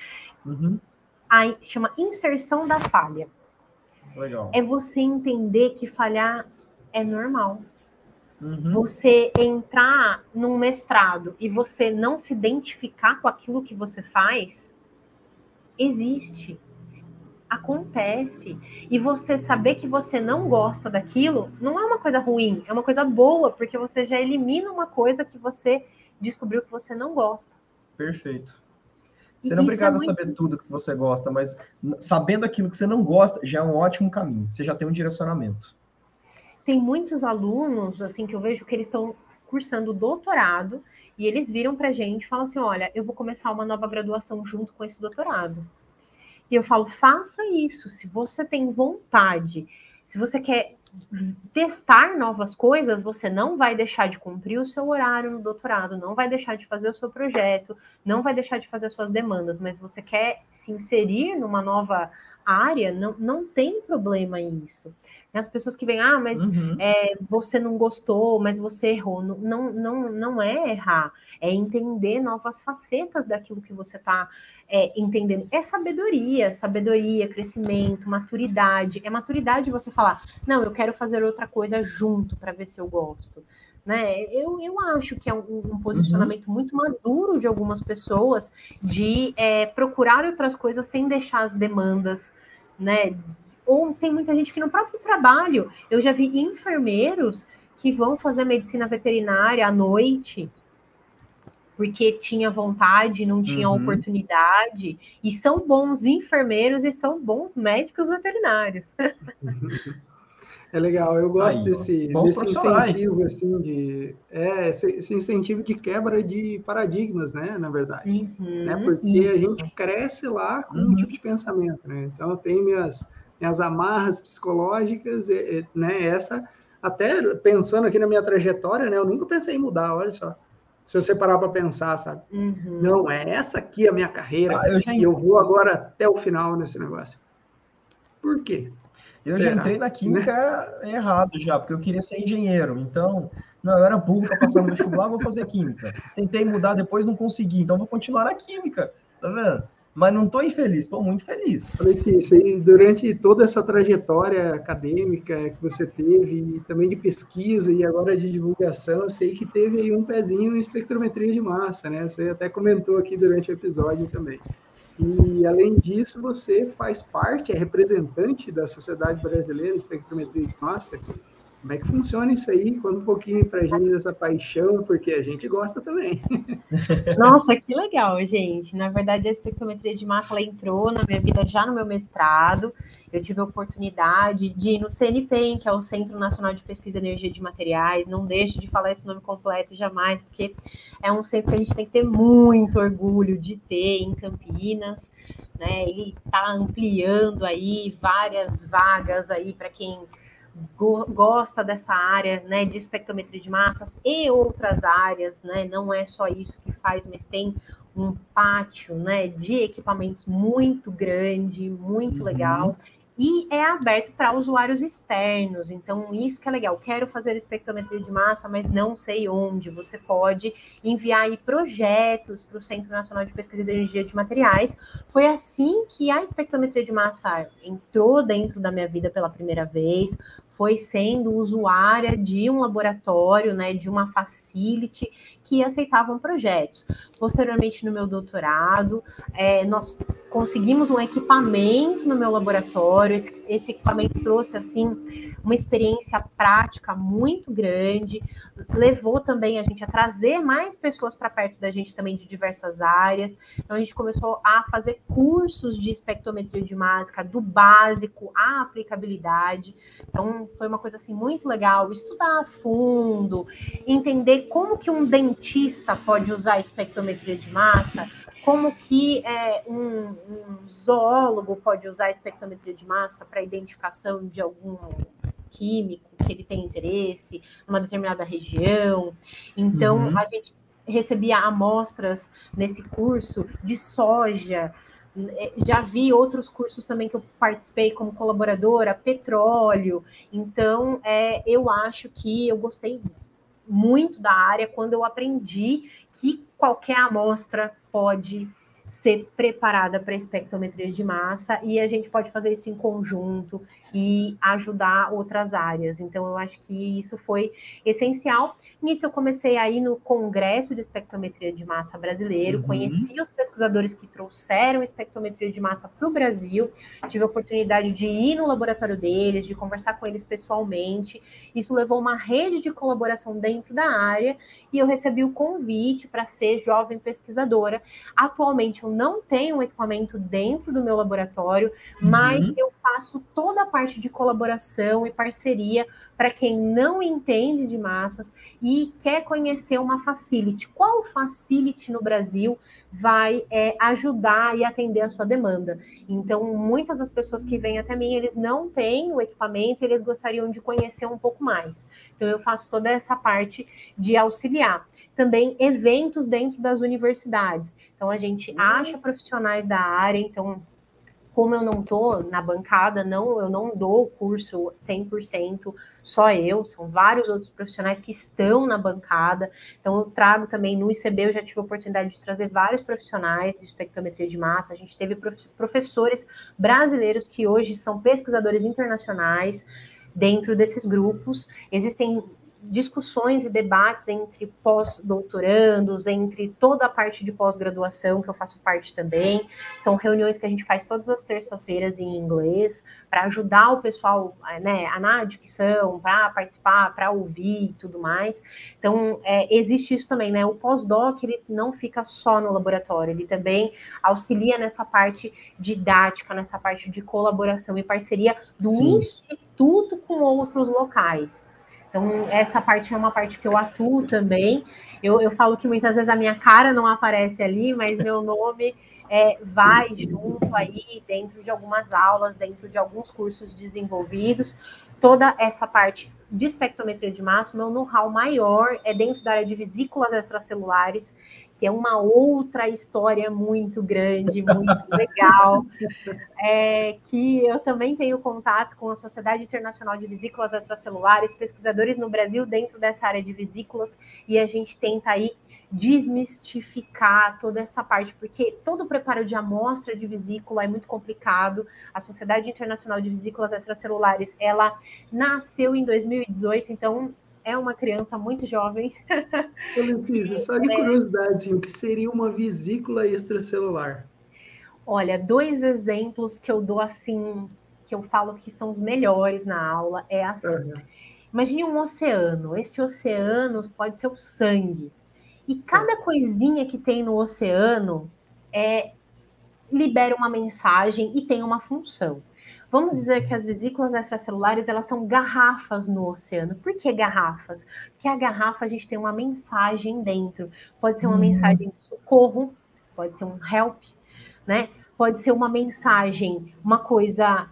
Aí chama inserção da falha. Legal. É você entender que falhar é normal. Você entrar num mestrado e você não se identificar com aquilo que você faz, existe, acontece. E você saber que você não gosta daquilo, não é uma coisa ruim, é uma coisa boa, porque você já elimina uma coisa que você descobriu que você não gosta. Perfeito. Você não é obrigado a saber tudo que você gosta, mas sabendo aquilo que você não gosta, já é um ótimo caminho. Você já tem um direcionamento. Tem muitos alunos, assim, que eu vejo que eles estão cursando doutorado e eles viram pra gente e falam assim, olha, eu vou começar uma nova graduação junto com esse doutorado. E eu falo, faça isso, se você tem vontade, se você quer testar novas coisas, você não vai deixar de cumprir o seu horário no doutorado, não vai deixar de fazer o seu projeto, não vai deixar de fazer as suas demandas, mas você quer se inserir numa nova área, não tem problema isso. As pessoas que vêm, mas você não gostou, mas você errou. Não é errar, é entender novas facetas daquilo que você está entendendo. É sabedoria, crescimento, maturidade. É maturidade você falar, não, eu quero fazer outra coisa junto para ver se eu gosto. Né? Eu acho que é um posicionamento muito maduro de algumas pessoas de procurar outras coisas sem deixar as demandas, né, Ou tem muita gente que no próprio trabalho, eu já vi enfermeiros que vão fazer medicina veterinária à noite, porque tinha vontade, não tinha oportunidade, e são bons enfermeiros e são bons médicos veterinários. É legal, eu gosto Aí, ó, bons desse profissionais. incentivo, assim, esse incentivo de quebra de paradigmas, né, na verdade. Né, porque a gente cresce lá com um tipo de pensamento, né? Então, eu tenho minhas amarras psicológicas, né, até pensando aqui na minha trajetória, né, eu nunca pensei em mudar, olha só. Se você parar para pensar, sabe? Não, é essa aqui a minha carreira, e eu vou agora até o final nesse negócio. Por quê? Eu já entrei na química errado já, porque eu queria ser engenheiro. Então, não, eu era burro para passar no vestibular, vou fazer química. Tentei mudar depois, não consegui, então vou continuar na química, tá vendo? Mas não estou infeliz, estou muito feliz. Letícia, e durante toda essa trajetória acadêmica que você teve, e também de pesquisa e agora de divulgação, eu sei que teve aí um pezinho em espectrometria de massa, né? Você até comentou aqui durante o episódio também. E, além disso, você faz parte, é representante da Sociedade Brasileira de Espectrometria de Massa. Como é que funciona isso aí? Conta um pouquinho para a gente dessa paixão, porque a gente gosta também. Nossa, que legal, gente. Na verdade, a espectrometria de massa ela entrou na minha vida já no meu mestrado. Eu tive a oportunidade de ir no CNPEM, que é o Centro Nacional de Pesquisa e Energia de Materiais. Não deixo de falar esse nome completo jamais, porque é um centro que a gente tem que ter muito orgulho de ter em Campinas, né? Ele está ampliando aí várias vagas aí para quem gosta dessa área, né, de espectrometria de massas e outras áreas, né, não é só isso que faz, mas tem um pátio, né, de equipamentos muito grande, muito legal, e é aberto para usuários externos, então isso que é legal, quero fazer espectrometria de massa, mas não sei onde, você pode enviar aí projetos para o Centro Nacional de Pesquisa e Energia de Materiais. Foi assim que a espectrometria de massa entrou dentro da minha vida pela primeira vez, foi sendo usuária de um laboratório, né, de uma facility que aceitavam projetos. Posteriormente, no meu doutorado, nós conseguimos um equipamento no meu laboratório. Esse equipamento trouxe, assim, uma experiência prática muito grande, levou também a gente a trazer mais pessoas para perto da gente também de diversas áreas. Então, a gente começou a fazer cursos de espectrometria de massa, do básico à aplicabilidade. Então, foi uma coisa assim muito legal, estudar a fundo, entender como que um dentista pode usar a espectrometria de massa, como que um zoólogo pode usar a espectrometria de massa para identificação de algum químico que ele tem interesse numa determinada região. Então, a gente recebia amostras nesse curso de soja. Já vi outros cursos também que eu participei como colaboradora, petróleo. Então, eu acho que eu gostei muito da área quando eu aprendi que qualquer amostra pode ser preparada para espectrometria de massa e a gente pode fazer isso em conjunto e ajudar outras áreas. Então, eu acho que isso foi essencial. Nisso, eu comecei aí no Congresso de Espectrometria de Massa brasileiro, conheci os pesquisadores que trouxeram espectrometria de massa para o Brasil, tive a oportunidade de ir no laboratório deles, de conversar com eles pessoalmente. Isso levou uma rede de colaboração dentro da área e eu recebi o convite para ser jovem pesquisadora. Atualmente, eu não tenho um equipamento dentro do meu laboratório, mas eu faço toda a parte de colaboração e parceria para quem não entende de massas e quer conhecer uma facility. Qual facility no Brasil vai ajudar e atender a sua demanda? Então, muitas das pessoas que vêm até mim, eles não têm o equipamento, eles gostariam de conhecer um pouco mais. Então, eu faço toda essa parte de auxiliar. Também eventos dentro das universidades. Então, a gente acha profissionais da área, então, como eu não estou na bancada, eu não dou o curso 100%, só eu, são vários outros profissionais que estão na bancada, então eu trago também no ICB, eu já tive a oportunidade de trazer vários profissionais de espectrometria de massa, a gente teve professores brasileiros que hoje são pesquisadores internacionais dentro desses grupos, existem discussões e debates entre pós-doutorandos, entre toda a parte de pós-graduação, que eu faço parte também. São reuniões que a gente faz todas as terças-feiras em inglês, para ajudar o pessoal, né, na dicção, para participar, para ouvir e tudo mais. Então, existe isso também, né? O pós-doc, ele não fica só no laboratório, ele também auxilia nessa parte didática, nessa parte de colaboração e parceria do instituto com outros locais. Então, essa parte é uma parte que eu atuo também. Eu falo que muitas vezes a minha cara não aparece ali, mas meu nome vai junto aí dentro de algumas aulas, dentro de alguns cursos desenvolvidos. Toda essa parte de espectrometria de massa, meu know-how maior é dentro da área de vesículas extracelulares, que é uma outra história muito grande, muito legal, que eu também tenho contato com a Sociedade Internacional de Vesículas Extracelulares, pesquisadores no Brasil dentro dessa área de vesículas, e a gente tenta aí desmistificar toda essa parte, porque todo o preparo de amostra de vesícula é muito complicado. A Sociedade Internacional de Vesículas Extracelulares, ela nasceu em 2018, então é uma criança muito jovem. Letícia, só de curiosidade, assim, o que seria uma vesícula extracelular? Olha, 2 exemplos que eu dou assim, que eu falo que são os melhores na aula, é assim. Imagine um oceano. Esse oceano pode ser o sangue. E cada coisinha que tem no oceano libera uma mensagem e tem uma função. Vamos dizer que as vesículas extracelulares, elas são garrafas no oceano. Por que garrafas? Porque a garrafa, a gente tem uma mensagem dentro. Pode ser uma mensagem de socorro, pode ser um help, né? Pode ser uma mensagem, uma coisa,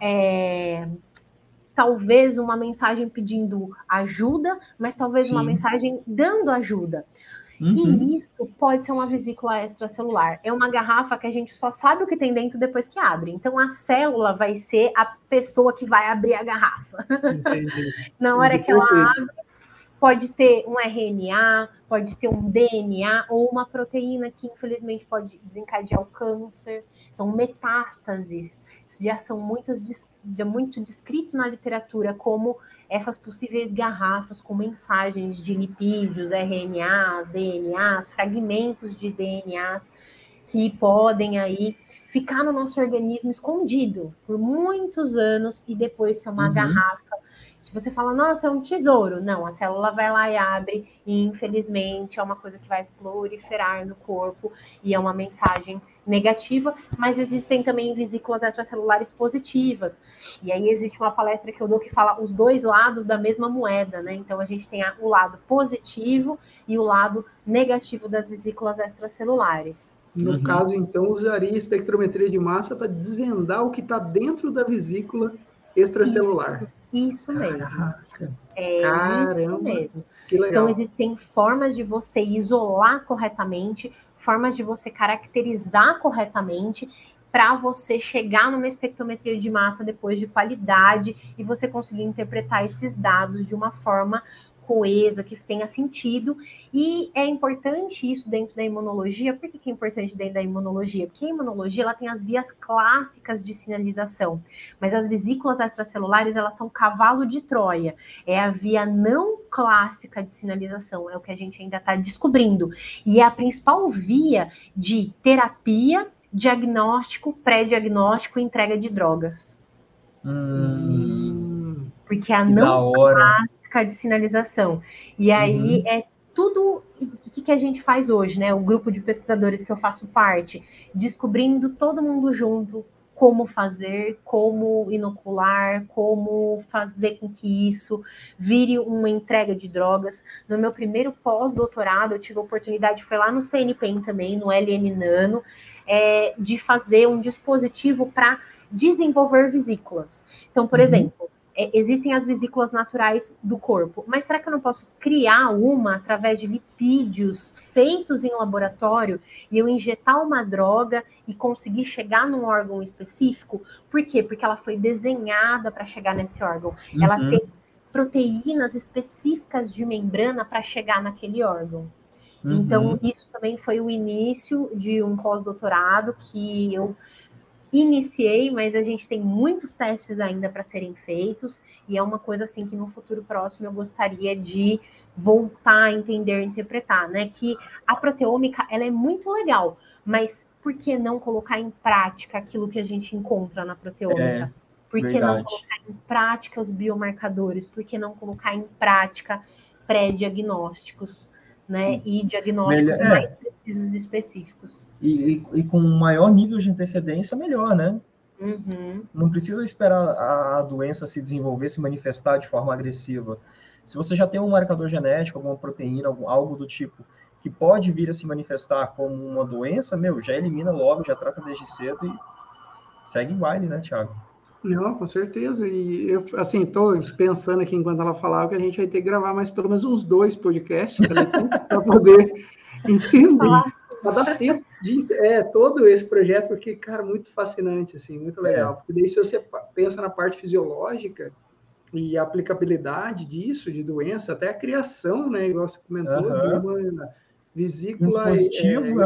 talvez uma mensagem pedindo ajuda, mas talvez uma mensagem dando ajuda. E isso pode ser uma vesícula extracelular. É uma garrafa que a gente só sabe o que tem dentro depois que abre. Então, a célula vai ser a pessoa que vai abrir a garrafa. Na hora que ela abre, pode ter um RNA, pode ter um DNA ou uma proteína que, infelizmente, pode desencadear o câncer. Então, metástases já são muito descrito na literatura como essas possíveis garrafas com mensagens de lipídios, RNAs, DNAs, fragmentos de DNAs que podem aí ficar no nosso organismo escondido por muitos anos e depois ser uma garrafa que você fala, nossa, é um tesouro. Não, a célula vai lá e abre e, infelizmente, é uma coisa que vai proliferar no corpo e é uma mensagem negativa, mas existem também vesículas extracelulares positivas. E aí existe uma palestra que eu dou que fala os dois lados da mesma moeda, né? Então a gente tem o lado positivo e o lado negativo das vesículas extracelulares. No caso, então, usaria espectrometria de massa para desvendar o que está dentro da vesícula extracelular. Isso mesmo. Caraca. Isso mesmo. Que legal. Então existem formas de você isolar corretamente, formas de você caracterizar corretamente para você chegar numa espectrometria de massa depois de qualidade e você conseguir interpretar esses dados de uma forma coesa, que tenha sentido. E é importante isso dentro da imunologia. Por que é importante dentro da imunologia? Porque a imunologia, ela tem as vias clássicas de sinalização, mas as vesículas extracelulares, elas são cavalo de Troia. É a via não clássica de sinalização, é o que a gente ainda está descobrindo. E é a principal via de terapia, diagnóstico, pré-diagnóstico e entrega de drogas. Porque a não clássica de sinalização. E aí é tudo o que a gente faz hoje, né? O grupo de pesquisadores que eu faço parte, descobrindo todo mundo junto como fazer, como inocular, como fazer com que isso vire uma entrega de drogas. No meu primeiro pós-doutorado, eu tive a oportunidade, foi lá no CNPq também, no LN Nano, de fazer um dispositivo para desenvolver vesículas. Então, por exemplo, existem as vesículas naturais do corpo, mas será que eu não posso criar uma através de lipídios feitos em laboratório e eu injetar uma droga e conseguir chegar num órgão específico? Por quê? Porque ela foi desenhada para chegar nesse órgão. Ela tem proteínas específicas de membrana para chegar naquele órgão. Então, isso também foi o início de um pós-doutorado que eu iniciei, mas a gente tem muitos testes ainda para serem feitos, e é uma coisa assim que no futuro próximo eu gostaria de voltar a entender e interpretar, né? Que a proteômica, ela é muito legal, mas por que não colocar em prática aquilo que a gente encontra na proteômica? Por que não colocar em prática os biomarcadores? Por que não colocar em prática pré-diagnósticos, né? E diagnósticos mais precisos e específicos. E com maior nível de antecedência, melhor, né? Uhum. Não precisa esperar a doença se desenvolver, se manifestar de forma agressiva. Se você já tem um marcador genético, alguma proteína, algo do tipo, que pode vir a se manifestar como uma doença, já elimina logo, já trata desde cedo e segue o baile, né, Thiago? Não, com certeza. E eu, assim, tô pensando aqui enquanto ela falava que a gente vai ter que gravar mais pelo menos uns 2 podcasts, para poder entender, para dar tempo de todo esse projeto, porque, cara, muito fascinante, assim, muito legal. Porque daí, se você pensa na parte fisiológica e a aplicabilidade disso, de doença, até a criação, né, igual você comentou, de uma vesícula um dispositivo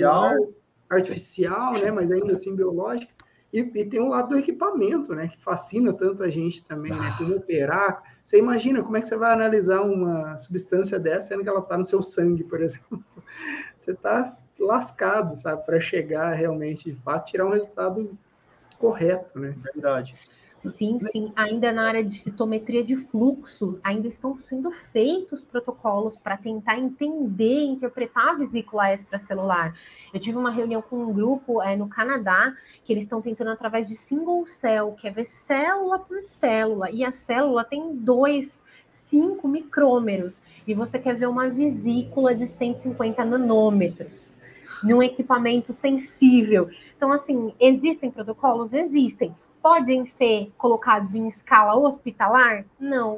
artificial, né, mas ainda assim biológica. E tem um lado do equipamento, né, que fascina tanto a gente também, né, como operar. Você imagina como é que você vai analisar uma substância dessa, sendo que ela está no seu sangue, por exemplo. Você está lascado, sabe, para chegar realmente, de fato, tirar um resultado correto, né? Verdade. Sim, sim. Ainda na área de citometria de fluxo, ainda estão sendo feitos protocolos para tentar entender e interpretar a vesícula extracelular. Eu tive uma reunião com um grupo no Canadá, que eles estão tentando através de single cell, que é ver célula por célula, e a célula tem 5 micrômeros, e você quer ver uma vesícula de 150 nanômetros, num equipamento sensível. Então, assim, existem protocolos? Existem. Podem ser colocados em escala hospitalar? Não.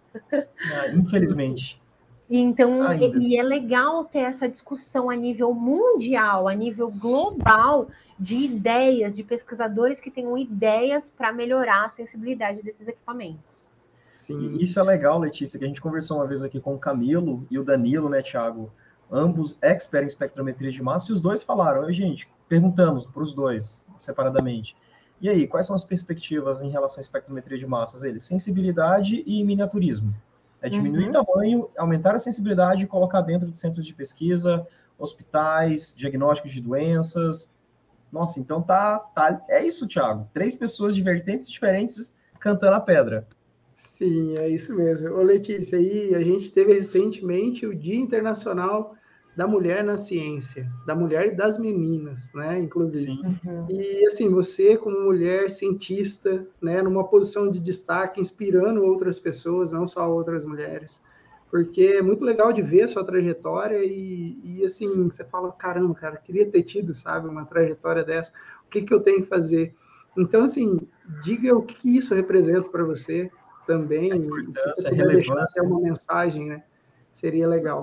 Infelizmente. Então, e é legal ter essa discussão a nível mundial, a nível global, de ideias, de pesquisadores que tenham ideias para melhorar a sensibilidade desses equipamentos. Sim. E isso é legal, Letícia, que a gente conversou uma vez aqui com o Camilo e o Danilo, né, Thiago? Ambos expert em espectrometria de massa, e os dois falaram, gente, perguntamos para os dois, separadamente, e aí, quais são as perspectivas em relação à espectrometria de massas? Eles, sensibilidade e miniaturismo. É diminuir tamanho, aumentar a sensibilidade e colocar dentro de centros de pesquisa, hospitais, diagnósticos de doenças. Nossa, então é isso, Thiago. 3 pessoas de vertentes diferentes cantando a pedra. Sim, é isso mesmo. Ô, Letícia, aí a gente teve recentemente o Dia Internacional da Mulher na Ciência, da mulher e das meninas, né, inclusive. Sim. E, assim, você como mulher cientista, né, numa posição de destaque, inspirando outras pessoas, não só outras mulheres, porque é muito legal de ver a sua trajetória e assim, você fala, caramba, cara, queria ter tido, sabe, uma trajetória dessa, o que eu tenho que fazer? Então, assim, diga o que isso representa para você, também, se você puder deixar até uma mensagem, né? Seria legal.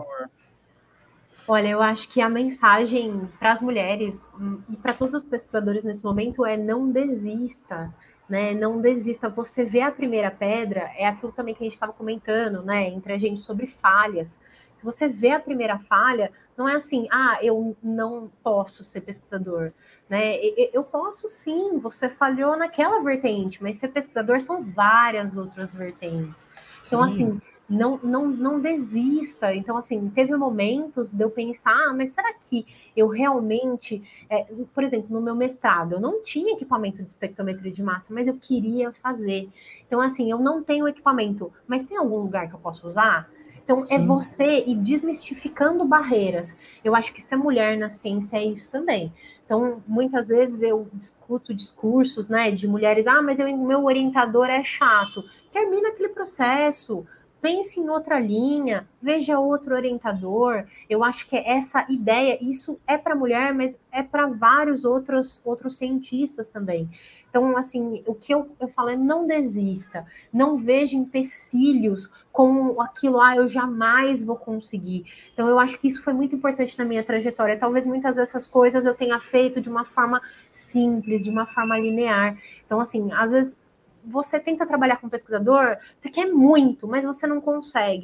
Olha, eu acho que a mensagem para as mulheres e para todos os pesquisadores nesse momento é não desista, né? Não desista. Você vê a primeira pedra, é aquilo também que a gente estava comentando, né? Entre a gente sobre falhas. Se você vê a primeira falha, não é assim, eu não posso ser pesquisador, né? Eu posso sim, você falhou naquela vertente, mas ser pesquisador são várias outras vertentes. Então, assim, não desista. Então, assim, teve momentos de eu pensar, mas será que eu realmente... por exemplo, no meu mestrado, eu não tinha equipamento de espectrometria de massa, mas eu queria fazer. Então, assim, eu não tenho equipamento, mas tem algum lugar que eu posso usar? Então, é você ir desmistificando barreiras. Eu acho que ser mulher na ciência é isso também. Então, muitas vezes eu discuto discursos, né, de mulheres, mas meu orientador é chato. Termina aquele processo, pense em outra linha, veja outro orientador. Eu acho que essa ideia, isso é para mulher, mas é para vários outros cientistas também. Então, assim, o que eu falo é não desista, não veja empecilhos como aquilo, eu jamais vou conseguir. Então, eu acho que isso foi muito importante na minha trajetória. Talvez muitas dessas coisas eu tenha feito de uma forma simples, de uma forma linear. Então, assim, às vezes você tenta trabalhar com pesquisador, você quer muito, mas você não consegue.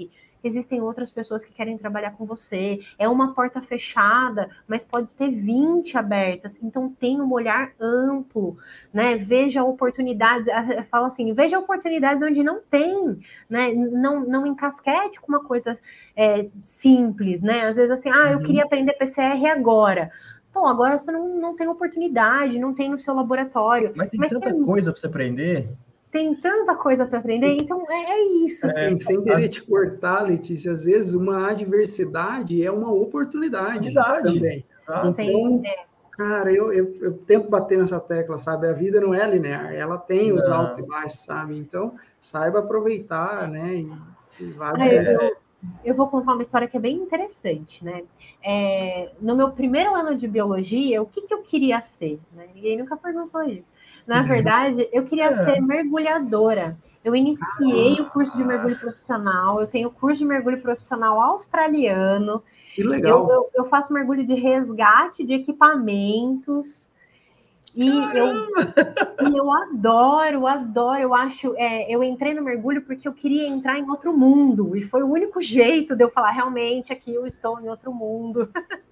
existem outras pessoas que querem trabalhar com você. É uma porta fechada, mas pode ter 20 abertas. Então, tenha um olhar amplo, né? Veja oportunidades, fala assim, veja oportunidades onde não tem, né? Não encasquete com uma coisa simples, né? Às vezes assim, eu queria aprender PCR agora. Pô, agora você não tem oportunidade, não tem no seu laboratório. Mas tem tanta coisa para você aprender. Tem tanta coisa para aprender, então é isso. Assim, sem querer te cortar, Letícia, às vezes uma adversidade é uma oportunidade também. Exato. Então, cara, eu tento bater nessa tecla, sabe? A vida não é linear, ela tem os altos e baixos, sabe? Então, saiba aproveitar, né? E vá eu vou contar uma história que é bem interessante, né? No meu primeiro ano de biologia, o que eu queria ser? Né? Ninguém nunca perguntou isso. Na verdade, eu queria ser mergulhadora. Eu iniciei o curso de mergulho profissional, eu tenho curso de mergulho profissional australiano. Que legal. Eu faço mergulho de resgate de equipamentos. E eu adoro, eu acho, eu entrei no mergulho porque eu queria entrar em outro mundo, e foi o único jeito de eu falar, realmente, aqui eu estou em outro mundo.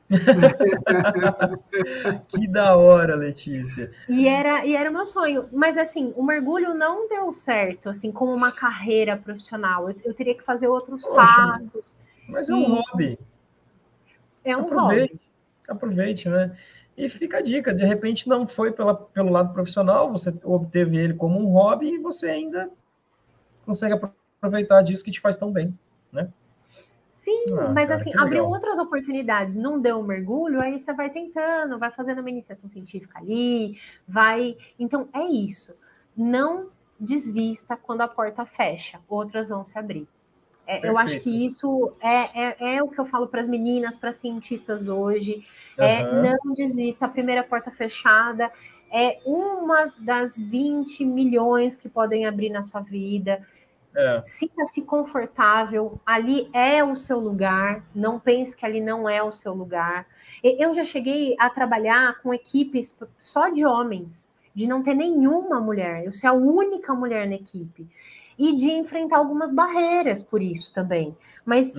Que da hora, Letícia. E era o meu sonho, mas assim, o mergulho não deu certo, assim, como uma carreira profissional, eu teria que fazer outros passos. Mas é um hobby. É um hobby. Aproveite, né? E fica a dica, de repente não foi pelo lado profissional, você obteve ele como um hobby e você ainda consegue aproveitar disso que te faz tão bem, né? Sim, mas cara, assim, abriu outras oportunidades, não deu um mergulho, aí você vai tentando, vai fazendo uma iniciação científica ali, vai... Então, é isso. Não desista quando a porta fecha, outras vão se abrir. Eu acho que isso é o que eu falo para as meninas, para cientistas hoje. Não desista. A primeira porta fechada é uma das 20 milhões que podem abrir na sua vida. Sinta-se confortável. Ali é o seu lugar. Não pense que ali não é o seu lugar. Eu já cheguei a trabalhar com equipes só de homens, de não ter nenhuma mulher. Eu ser a única mulher na equipe. E de enfrentar algumas barreiras por isso também. Mas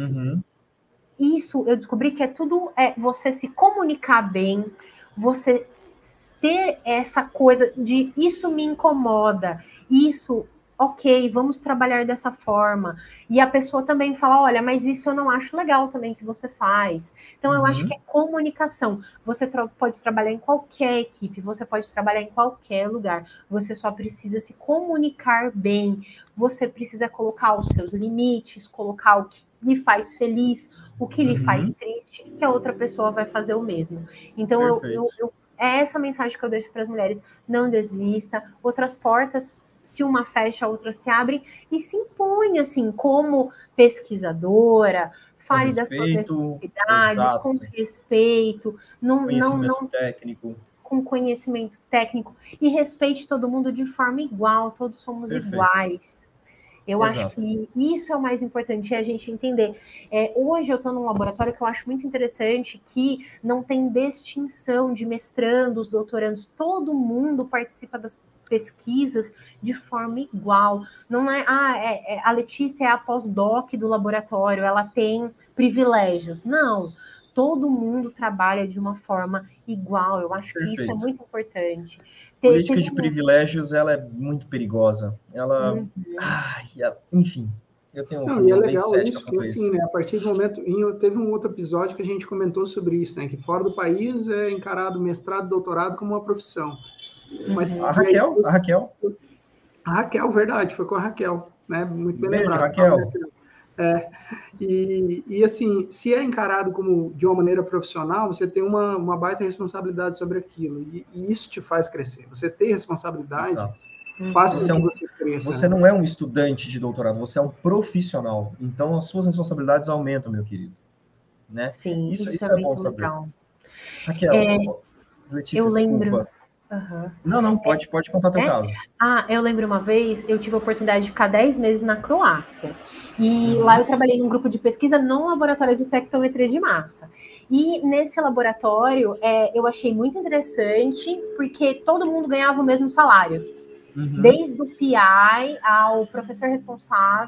isso eu descobri que tudo você se comunicar bem, você ter essa coisa de isso me incomoda, isso, ok, vamos trabalhar dessa forma. E a pessoa também fala, olha, mas isso eu não acho legal também que você faz. Então eu acho que é comunicação. Você pode trabalhar em qualquer equipe, você pode trabalhar em qualquer lugar. Você só precisa se comunicar bem. Você precisa colocar os seus limites, colocar o que lhe faz feliz, o que lhe faz triste, que a outra pessoa vai fazer o mesmo. Então, é essa mensagem que eu deixo para as mulheres. Não desista. Outras portas, se uma fecha, a outra se abre. E se impõe, assim, como pesquisadora, fale das suas necessidades, com respeito. Conhecimento técnico. Com conhecimento técnico. E respeite todo mundo de forma igual. Todos somos iguais. Eu acho que isso é o mais importante, é a gente entender. Hoje eu estou num laboratório que eu acho muito interessante, que não tem distinção de mestrandos, doutorandos, todo mundo participa das pesquisas de forma igual. Não é, a Letícia é a pós-doc do laboratório, ela tem privilégios. Não, todo mundo trabalha de uma forma igual. Eu acho que isso é muito importante. Política de privilégios, ela é muito perigosa. Ela... enfim, eu tenho uma opinião bem cética quanto assim, né, a partir do momento... Teve um outro episódio que a gente comentou sobre isso, né? Que fora do país é encarado mestrado, doutorado como uma profissão. Mas, a Raquel? A Raquel, verdade, foi com a Raquel, né? Muito bem lembrado. Raquel. E assim, se é encarado como de uma maneira profissional, você tem uma baita responsabilidade sobre aquilo, e isso te faz crescer. Você ter responsabilidade faz com que você cresça. Você não é um estudante de doutorado, você é um profissional. Então, as suas responsabilidades aumentam, meu querido. Né? Sim, isso é bom saber. Raquel, Letícia, eu lembro... desculpa. Não, pode contar teu caso. Eu lembro uma vez, eu tive a oportunidade de ficar 10 meses na Croácia. E lá eu trabalhei num grupo de pesquisa no laboratório de tectometria de massa. E nesse laboratório, eu achei muito interessante, porque todo mundo ganhava o mesmo salário. Desde o PI ao professor responsável,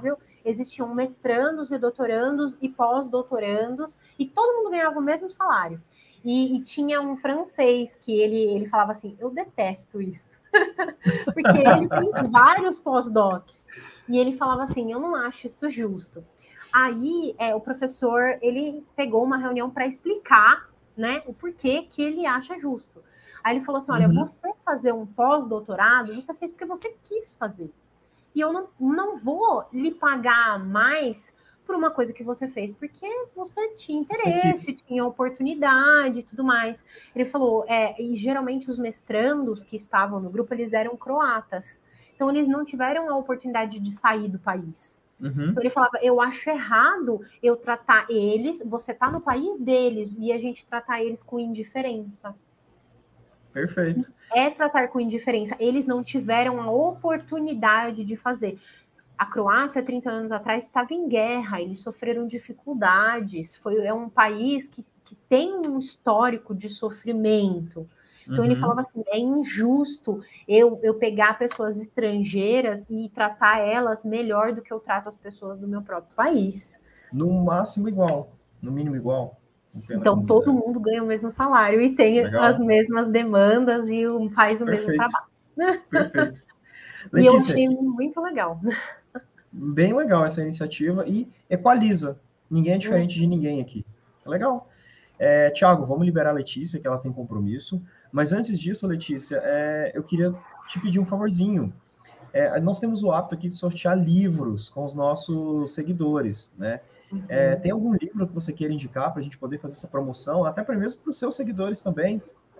existiam mestrandos e doutorandos e pós-doutorandos, e todo mundo ganhava o mesmo salário. E tinha um francês que ele falava assim, eu detesto isso. Porque ele tem vários pós-docs. E ele falava assim, eu não acho isso justo. Aí o professor, ele pegou uma reunião para explicar, né, o porquê que ele acha justo. Aí ele falou assim, olha, você fazer um pós-doutorado, você fez porque você quis fazer. E eu não vou lhe pagar mais por uma coisa que você fez, porque você tinha interesse, tinha oportunidade e tudo mais. Ele falou, e geralmente os mestrandos que estavam no grupo, eles eram croatas. Então, eles não tiveram a oportunidade de sair do país. Então, ele falava, eu acho errado eu tratar eles, você tá no país deles, e a gente tratar eles com indiferença. Perfeito. É tratar com indiferença. Eles não tiveram a oportunidade de fazer. A Croácia, 30 anos atrás, estava em guerra, eles sofreram dificuldades. É um país que tem um histórico de sofrimento. Então, ele falava assim, é injusto eu pegar pessoas estrangeiras e tratar elas melhor do que eu trato as pessoas do meu próprio país. No máximo igual, no mínimo igual. Então, todo mundo ganha o mesmo salário e tem as mesmas demandas e faz o mesmo trabalho. Perfeito. Letícia, e eu achei muito legal. Bem legal essa iniciativa e equaliza. Ninguém é diferente de ninguém aqui. É legal. Thiago, vamos liberar a Letícia, que ela tem compromisso. Mas antes disso, Letícia, eu queria te pedir um favorzinho. Nós temos o hábito aqui de sortear livros com os nossos seguidores, né? Tem algum livro que você queira indicar para a gente poder fazer essa promoção, até mesmo para os seus seguidores também?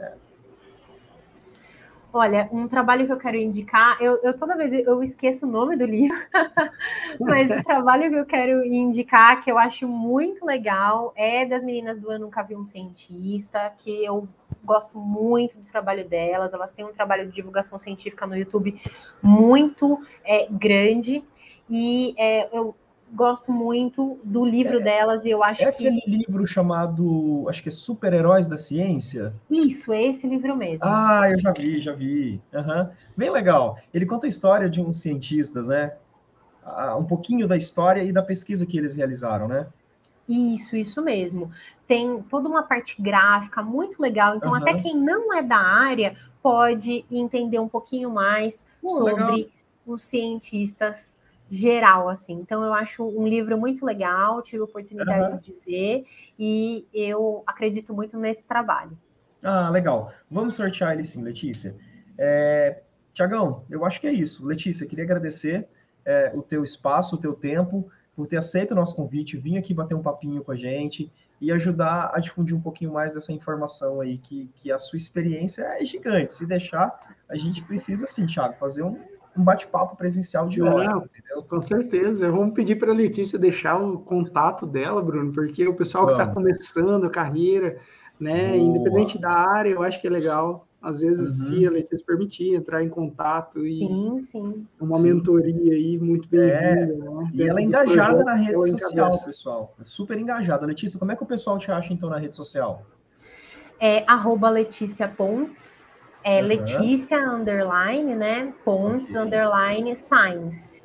Olha, um trabalho que eu quero indicar, eu toda vez eu esqueço o nome do livro, mas o trabalho que eu quero indicar, que eu acho muito legal, é das meninas do Eu Nunca Vi um Cientista, que eu gosto muito do trabalho delas, elas têm um trabalho de divulgação científica no YouTube muito grande, e eu gosto muito do livro delas, e eu acho que... aquele livro chamado, acho que é Super-Heróis da Ciência? Isso, é esse livro mesmo. Ah, eu já vi. Bem legal. Ele conta a história de uns cientistas, né? Um pouquinho da história e da pesquisa que eles realizaram, né? Isso mesmo. Tem toda uma parte gráfica muito legal, então até quem não é da área pode entender um pouquinho mais sobre os cientistas geral, assim. Então, eu acho um livro muito legal, tive a oportunidade de ver e eu acredito muito nesse trabalho. Ah, legal. Vamos sortear ele sim, Letícia. Tiagão, eu acho que é isso. Letícia, queria agradecer o teu espaço, o teu tempo, por ter aceito o nosso convite, vir aqui bater um papinho com a gente e ajudar a difundir um pouquinho mais dessa informação aí, que a sua experiência é gigante. Se deixar, a gente precisa, sim, Thiago, fazer um bate-papo presencial de horas, entendeu? Com certeza. Vamos pedir para a Letícia deixar o contato dela, Bruno, porque o pessoal que está começando a carreira, né, independente da área, eu acho que é legal. Às vezes, se a Letícia permitir, entrar em contato e uma mentoria aí muito bem-vinda. Né, e ela é engajada na rede social, pessoal. É super engajada. Letícia, como é que o pessoal te acha, então, na rede social? @Letícia Pontes. Letícia, underline, né? Pontes, underline, Science.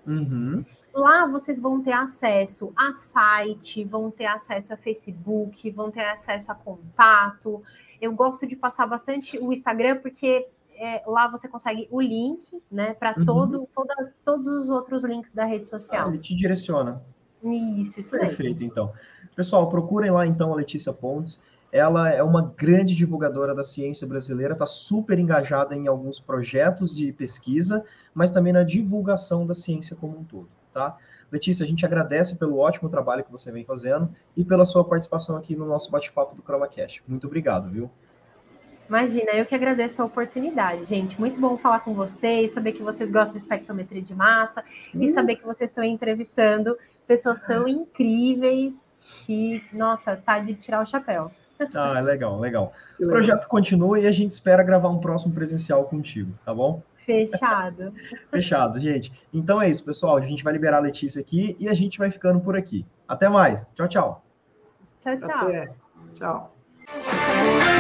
Lá vocês vão ter acesso a site, vão ter acesso a Facebook, vão ter acesso a contato. Eu gosto de passar bastante o Instagram, porque lá você consegue o link, né? Para todos os outros links da rede social. Ele te direciona. Isso Perfeito, mesmo. então. Pessoal, procurem lá, então, a Letícia Pontes. Ela é uma grande divulgadora da ciência brasileira, está super engajada em alguns projetos de pesquisa, mas também na divulgação da ciência como um todo, tá? Letícia, a gente agradece pelo ótimo trabalho que você vem fazendo e pela sua participação aqui no nosso bate-papo do ChromaCast. Muito obrigado, viu? Imagina, eu que agradeço a oportunidade, gente. Muito bom falar com vocês, saber que vocês gostam de espectrometria de massa e saber que vocês estão entrevistando pessoas tão incríveis que, nossa, tá de tirar o chapéu. Ah, legal. O projeto continua e a gente espera gravar um próximo presencial contigo, tá bom? Fechado. Fechado, gente. Então é isso, pessoal. A gente vai liberar a Letícia aqui e a gente vai ficando por aqui. Até mais. Tchau, tchau. Tchau. Até. Tchau.